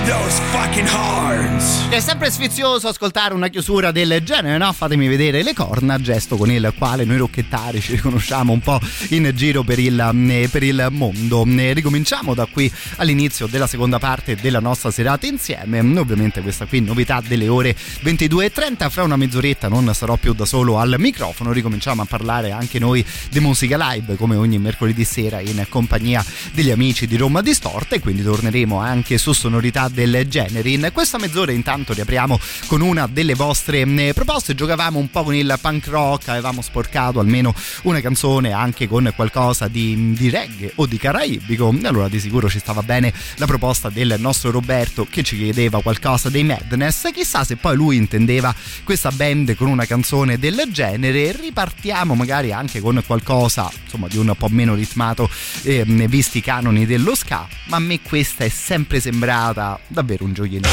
those fucking horns. È sempre sfizioso ascoltare una chiusura del genere, no? Fatemi vedere le corna, gesto con il quale noi rocchettari ci riconosciamo un po' in giro per il mondo. Ricominciamo da qui all'inizio della seconda parte della nostra serata insieme. Ovviamente questa qui novità delle ore 22:30. Fra una mezz'oretta non sarò più da solo al microfono, ricominciamo a parlare anche noi di musica live come ogni mercoledì sera in compagnia degli amici di Roma Distorta, e quindi torneremo anche su sonorità del genere. In questa mezz'ora intanto riapriamo con una delle vostre proposte. Giocavamo un po' con il punk rock, avevamo sporcato almeno una canzone anche con qualcosa di reggae o di caraibico, allora di sicuro ci stava bene la proposta del nostro Roberto che ci chiedeva qualcosa dei Madness. Chissà se poi lui intendeva questa band con una canzone del genere. Ripartiamo magari anche con qualcosa insomma di un po' meno ritmato visti i canoni dello ska, ma a me questa è sempre sembrata davvero un gioiellino.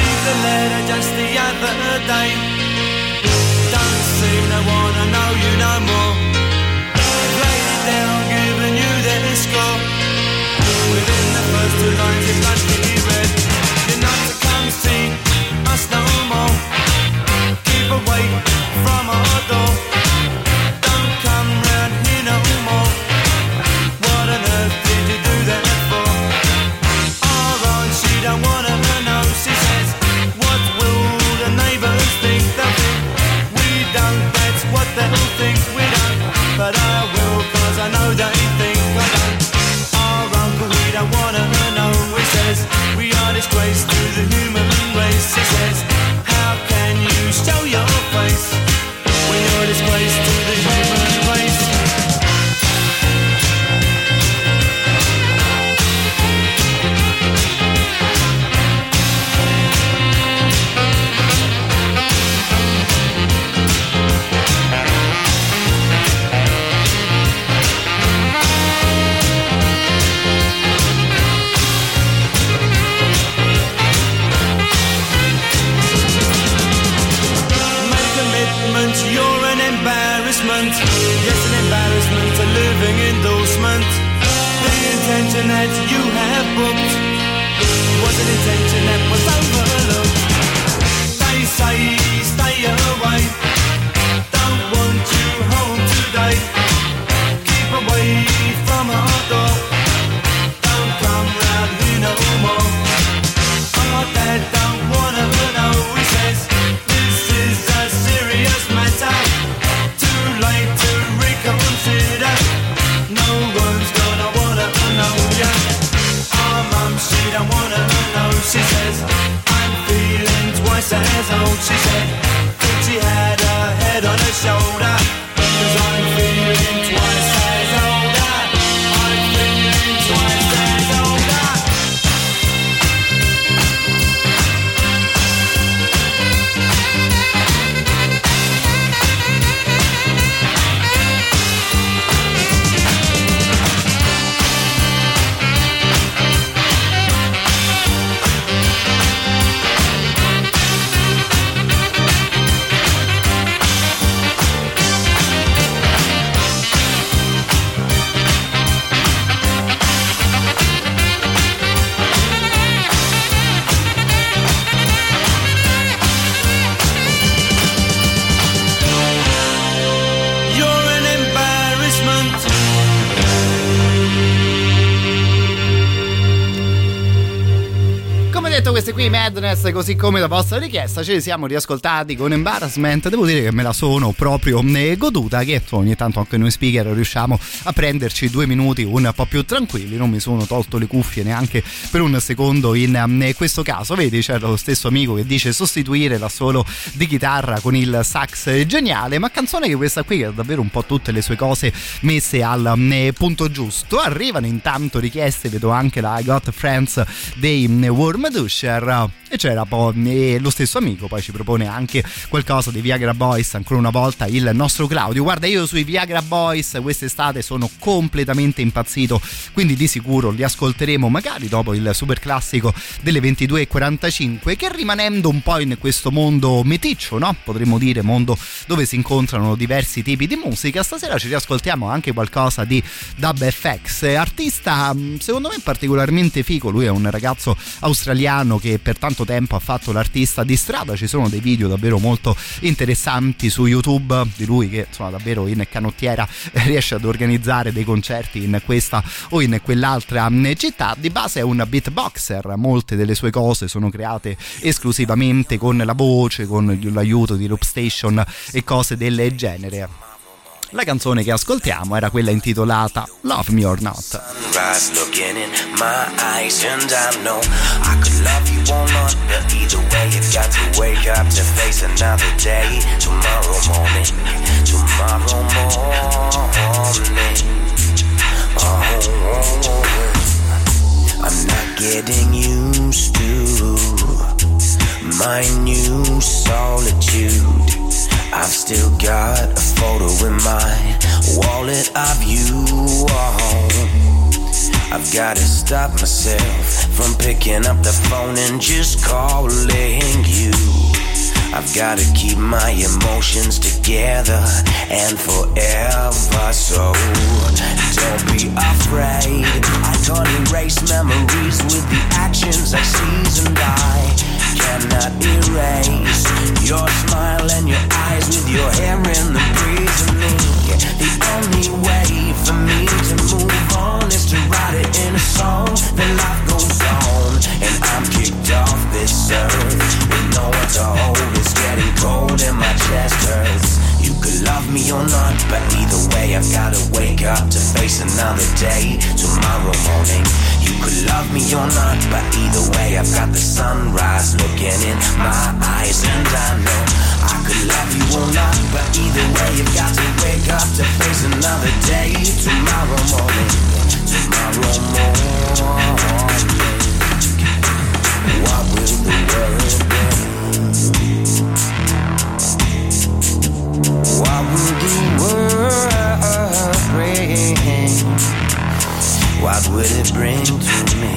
But I will, 'cause I know they think I don't. Our uncle, we don't wanna know. He says we are disgrace to the human race. He says, how can you show your face when you're disgrace to the human race? You're an embarrassment, yes, an embarrassment, a living endorsement. The intention that you have booked was an intention that was overlooked. They say stay away, don't want you home today. Keep away from our door, don't come round here no more. Our dad don't wanna know, he says this is a serious matter, too late to reconsider. No one's gonna wanna know ya. Our mum, she don't wanna know. She says I'm feeling twice as old. She said think she had her head on her shoulder, 'cause I'm feeling twice as older. I'm feeling twice as older. Queste qui Madness, così come la vostra richiesta, ce li siamo riascoltati con Embarrassment. Devo dire che me la sono proprio goduta, che ogni tanto anche noi speaker riusciamo a prenderci 2 minuti un po' più tranquilli. Non mi sono tolto le cuffie neanche per un secondo in questo caso. Vedi, c'è lo stesso amico che dice sostituire l'assolo di chitarra con il sax geniale, ma canzone che questa qui che ha davvero un po' tutte le sue cose messe al punto giusto. Arrivano intanto richieste, vedo anche la I Got Friends dei Warm Dusher, e c'era poi lo stesso amico poi ci propone anche qualcosa dei Viagra Boys, ancora una volta il nostro Claudio. Guarda, io sui Viagra Boys quest'estate sono completamente impazzito, quindi di sicuro li ascolteremo magari dopo il super classico delle 22:45, che rimanendo un po' in questo mondo meticcio, no? Potremmo dire mondo dove si incontrano diversi tipi di musica, stasera ci riascoltiamo anche qualcosa di Dub FX, artista secondo me particolarmente figo. Lui è un ragazzo australiano italiano che per tanto tempo ha fatto l'artista di strada. Ci sono dei video davvero molto interessanti su YouTube di lui che insomma davvero in canottiera riesce ad organizzare dei concerti in questa o in quell'altra città. Di base è un beatboxer, molte delle sue cose sono create esclusivamente con la voce, con l'aiuto di loop station e cose del genere. La canzone che ascoltiamo era quella intitolata Love Me or Not. Sunrise looking in my eyes, and I know I could love you or not, but either way you've got to wake up to face another day. Tomorrow morning, tomorrow morning. Oh, I'm not getting used to my new solitude. I've still got a photo in my wallet of you. I've gotta stop myself from picking up the phone and just calling you. I've gotta keep my emotions together and forever, so don't be afraid. I can't erase memories with the actions I seize, and I cannot erase your smile and your eyes with your hair in the breeze of me. The only way for me to move on is to write it in a song. Then life goes on, and I'm kicked off this earth with no one to hold. It's getting cold and my chest hurts. You could love me or not, but either way I've gotta wake up to face another day. Tomorrow morning, you could love me or not, but either way I've got the sunrise looking in my eyes, and I know I could love you or not, but either way you've got to wake up to face another day. Tomorrow morning, tomorrow morning. What will the world bring? What will the world bring? What will it bring to me?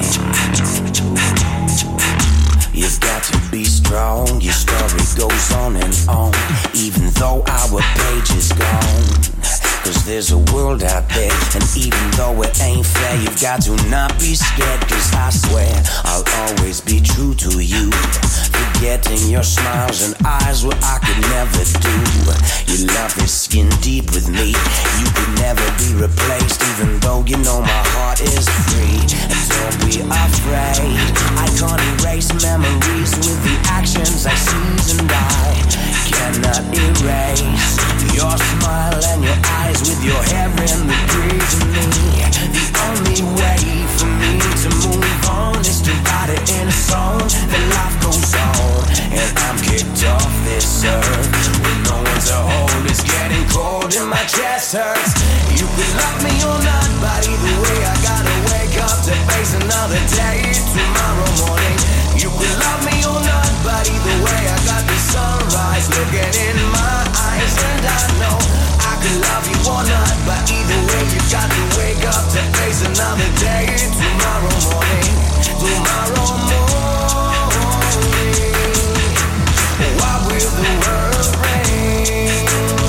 You've got to be strong, your story goes on and on, even though our page is gone. Cause there's a world out there, and even though it ain't fair, you've got to not be scared. Cause I swear I'll always be true to you, forgetting your smiles and eyes, what I could never do. Your love is skin deep with me, you could never be replaced, even though you know my heart is free. And don't be afraid, I can't erase memories with the actions I seize, and I cannot erase your smile and your eyes with your hair in the breeze of me. The only way for me to move on is to write it in a song. Then life goes on, and I'm kicked off this earth with no one to hold. It's getting cold and my chest hurts. You could love me or not, but either way I gotta wake up to face another day. Tomorrow morning, you could love me or not, but either way I got the sunrise looking in my eyes, and I know I could love you or not, but either way you got to wake up to face another day. Tomorrow morning, tomorrow morning. What will the world bring?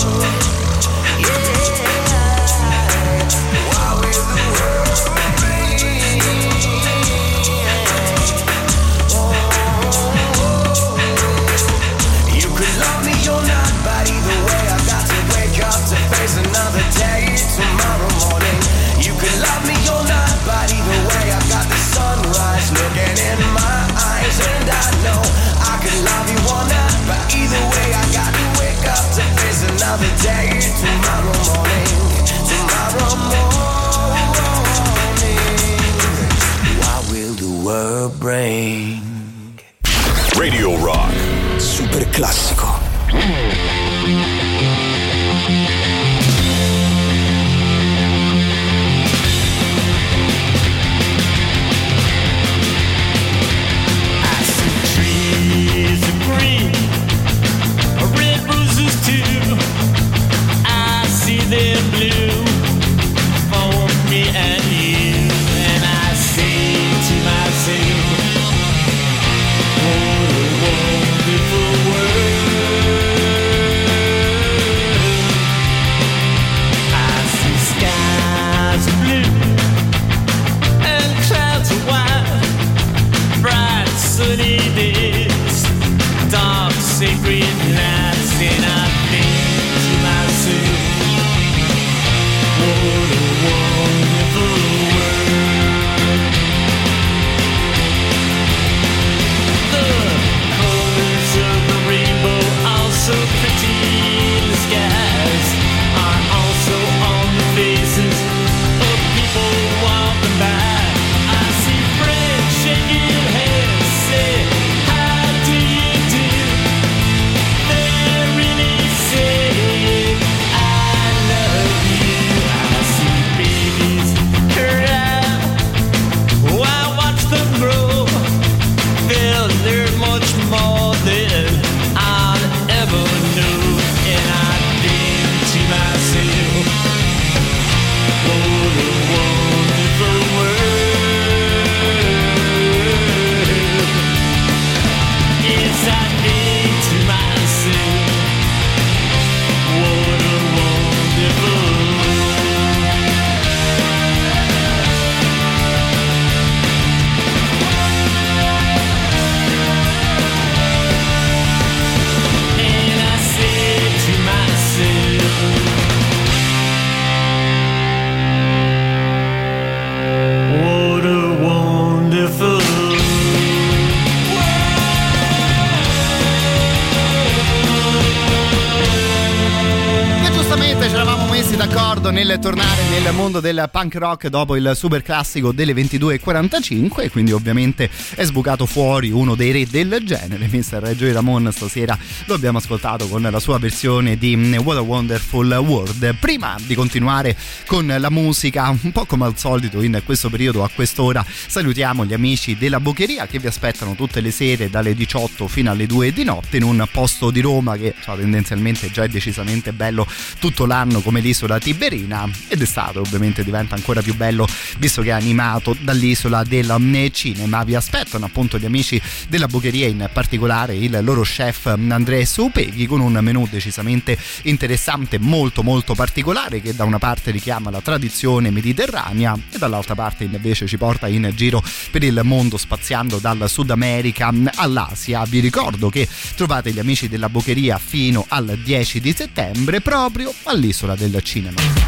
Yeah. What will the world bring? Oh. You could love me or not, but either way I got to wake up to face another day. Tomorrow morning, you could love me or not, but either way I got the sunrise looking in my eyes, and I know I could love you or not, but either way I got to wake up to face another day. Tomorrow morning, tomorrow morning. What will the world bring? Radio Rock. Super classico. Them blue for me and you, and I say to myself, what a wonderful world. sunny days, dark sacred nights, and I think to myself, what a wonderful world. The colors of the rainbow are so pretty, the skies are also on the faces of people walking by. I see friends shaking hands, say, how do you do? They really say, I love you. I see babies cry while I watch them grow. They'll learn much more than I'll ever know. And I think to myself, what a wonderful world. Yes, I think to myself, what a wonderful world. And I say to myself, what a wonderful E giustamente ci eravamo messi d'accordo nel tornare nel mondo del punk rock dopo il super classico delle 22:45, e quindi ovviamente è sbucato fuori uno dei re del genere, Mr. Joey Ramone. Stasera lo abbiamo ascoltato con la sua versione di What a Wonderful World. Prima di continuare con la musica, un po' come al solito in questo periodo, a quest'ora, salutiamo gli amici della Bocheria che vi aspettano tutte le sere dalle 18 fino alle 2 di notte in un posto di Roma che tendenzialmente già è decisamente bello tutto l'anno come l'isola Tiberina, ed estate ovviamente diventa ancora più bello visto che è animato dall'isola del cinema. Vi aspettano appunto gli amici della Bocheria, in particolare il loro chef Andrea Soupeghi, con un menù decisamente interessante, molto molto particolare, che da una parte richiama la tradizione mediterranea e dall'altra parte invece ci porta in giro per il mondo, spaziando dal Sud America all'Asia. Vi ricordo che trovate gli amici della Bocheria fino al 10 di settembre proprio all'isola del cinema.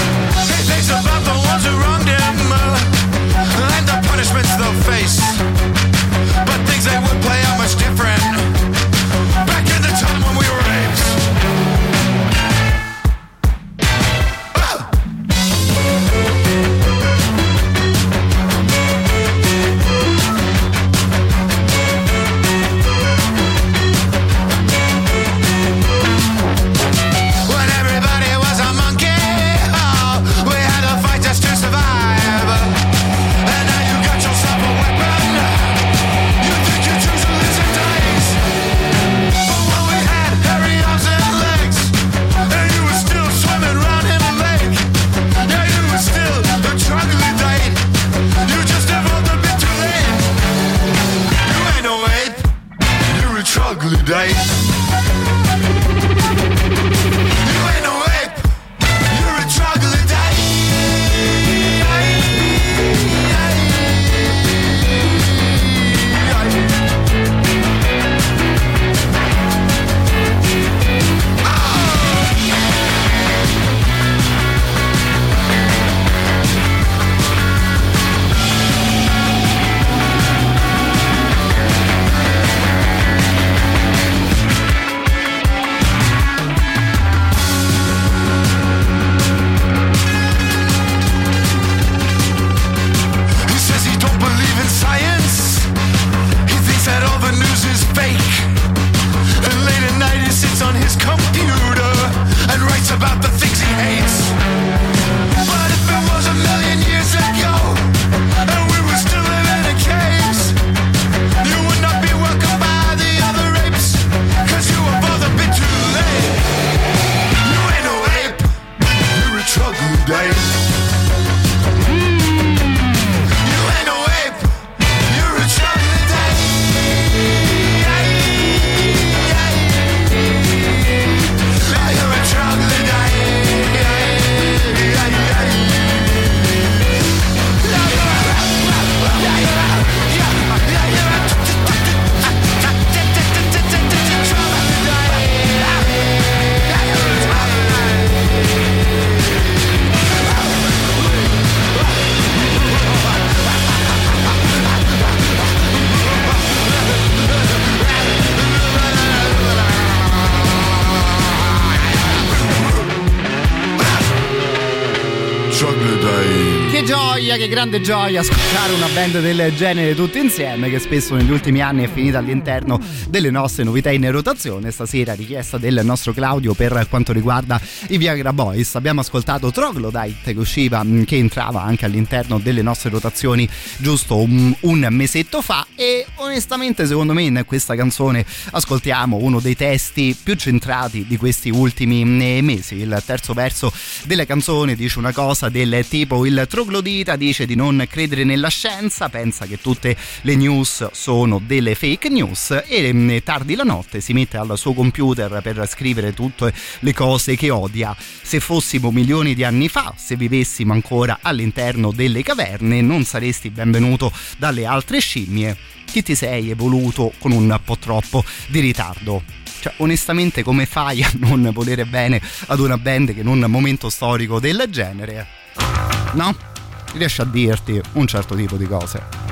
About the ones who wronged him and the punishments they'll face. Troglodyte. Che gioia, che grande gioia ascoltare una band del genere tutti insieme, che spesso negli ultimi anni è finita all'interno delle nostre novità in rotazione. Stasera richiesta del nostro Claudio per quanto riguarda i Viagra Boys. Abbiamo ascoltato Troglodyte, che entrava anche all'interno delle nostre rotazioni giusto un mesetto fa, e onestamente secondo me in questa canzone ascoltiamo uno dei testi più centrati di questi ultimi mesi. Il terzo verso della canzone dice una cosa del tipo: il troglodita dice di non credere nella scienza, pensa che tutte le news sono delle fake news, e tardi la notte si mette al suo computer per scrivere tutte le cose che odia. Se fossimo milioni di anni fa, se vivessimo ancora all'interno delle caverne, non saresti benvenuto dalle altre scimmie. Chi ti sei evoluto con un po' troppo di ritardo. Cioè, onestamente, come fai a non volere bene ad una band che in un momento storico del genere, no? Riesce a dirti un certo tipo di cose.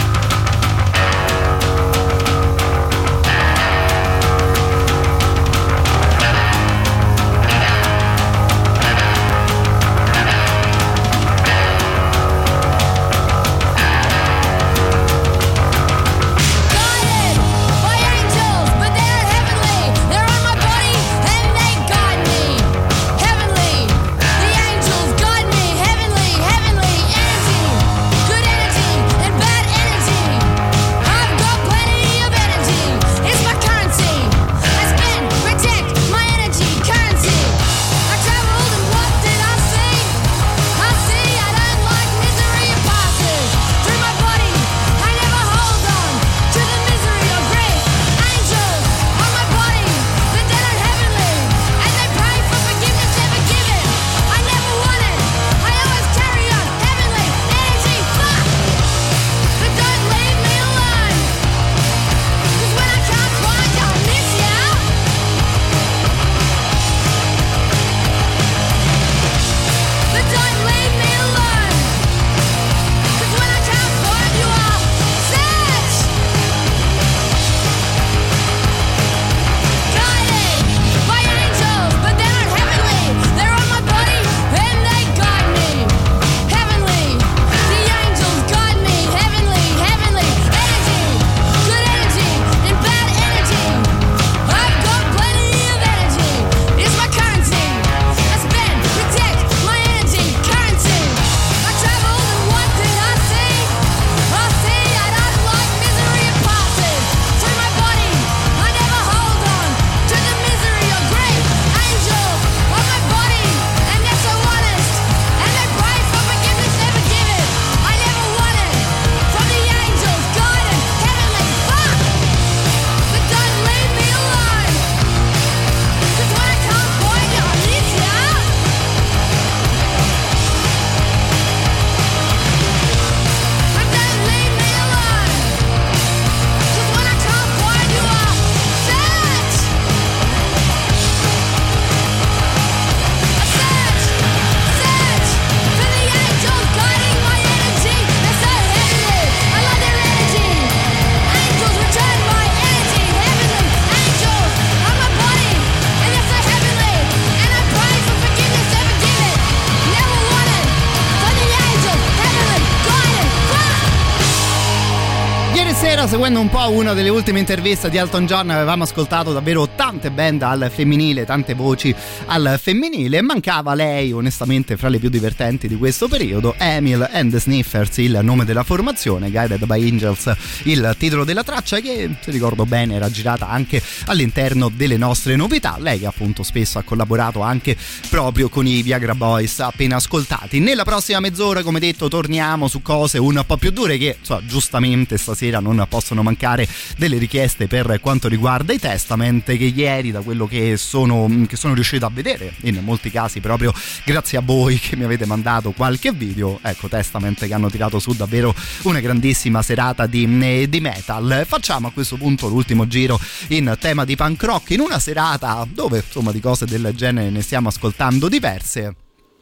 Seguendo un po' una delle ultime interviste di Elton John, avevamo ascoltato davvero tante band al femminile, tante voci al femminile. Mancava lei, onestamente, fra le più divertenti di questo periodo. Emil and the Sniffers, il nome della formazione, Guided by Angels il titolo della traccia, che, se ricordo bene, era girata anche all'interno delle nostre novità. Lei appunto spesso ha collaborato anche proprio con i Viagra Boys appena ascoltati. Nella prossima mezz'ora, come detto, torniamo su cose un po' più dure che, giustamente stasera non possono mancare delle richieste per quanto riguarda i Testament, che ieri, da quello che sono riuscito a vedere, in molti casi proprio grazie a voi che mi avete mandato qualche video, ecco, Testament che hanno tirato su davvero una grandissima serata di metal. Facciamo a questo punto l'ultimo giro in tema di punk rock, in una serata dove insomma di cose del genere ne stiamo ascoltando diverse.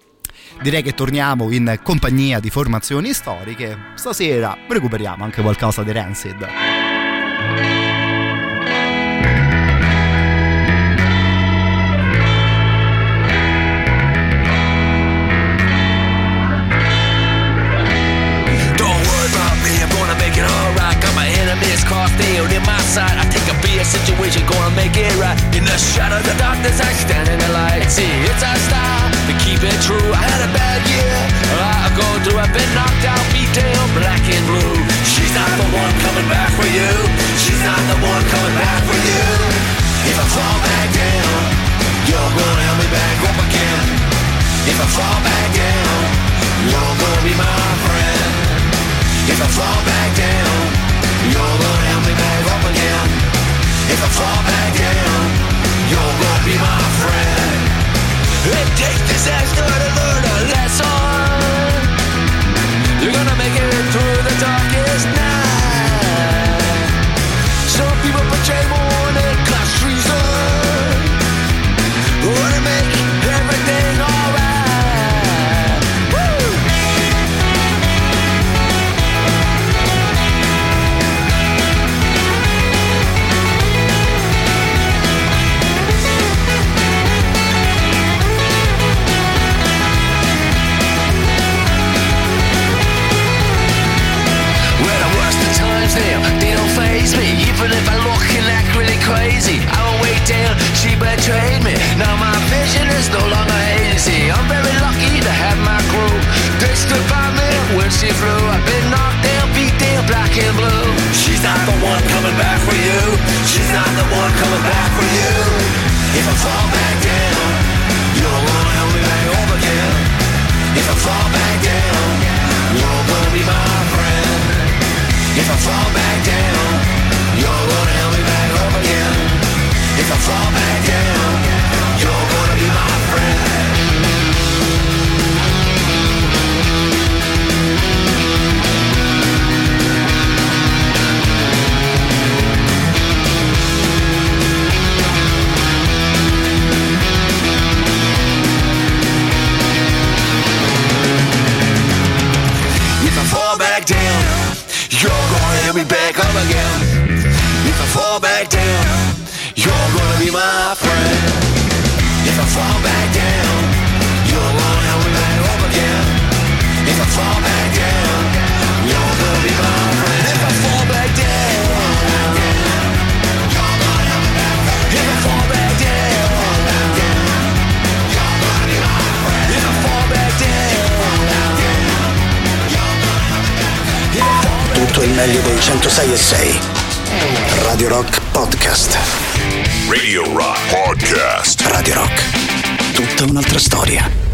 Direi che torniamo in compagnia di formazioni storiche. Stasera recuperiamo anche qualcosa di Rancid. situation, gonna make it right. In the shadow of the darkness, I stand in the light. See, it's our style to keep it true. I had a bad year, I go through. I've been knocked out, beat down, black and blue. She's not the one coming back for you. She's not the one coming back for you. If I fall back down, you're gonna help me back up again. If I fall back down, you're gonna be my friend. If I fall back down, you're gonna help me back up again. If I fall back down, you're gonna be my friend. It takes disaster to learn a lesson. You're gonna make it through the darkest night. Some people betray more than class treason. Wanna make everything alright. Woo! They don't faze me, even if I look and act really crazy. I won't wait till she betrayed me. Now my vision is no longer hazy. I'm very lucky to have my crew. They stood by me when she flew. I've been knocked down, beat down, black and blue. She's not the one coming back for you. She's not the one coming back for you. If I fall back down, you're gonna help me back up again. If I fall back down, you're gonna be my friend. If I fall back down, you're gonna help me back up again. If I fall back down, you're gonna be my friend. If I fall back down, you're gonna help me back up again. If I fall back down, you're gonna be my friend. If I fall back down, you're gonna help me back up again. If I fall back down, you're gonna be my friend. If I fall back down, you're gonna help me back up again. If I fall back down, you're gonna be my friend. If I fall back down, tutto il meglio dei 106.6 Radio Rock Podcast. Radio Rock Podcast. Radio Rock, tutta un'altra storia.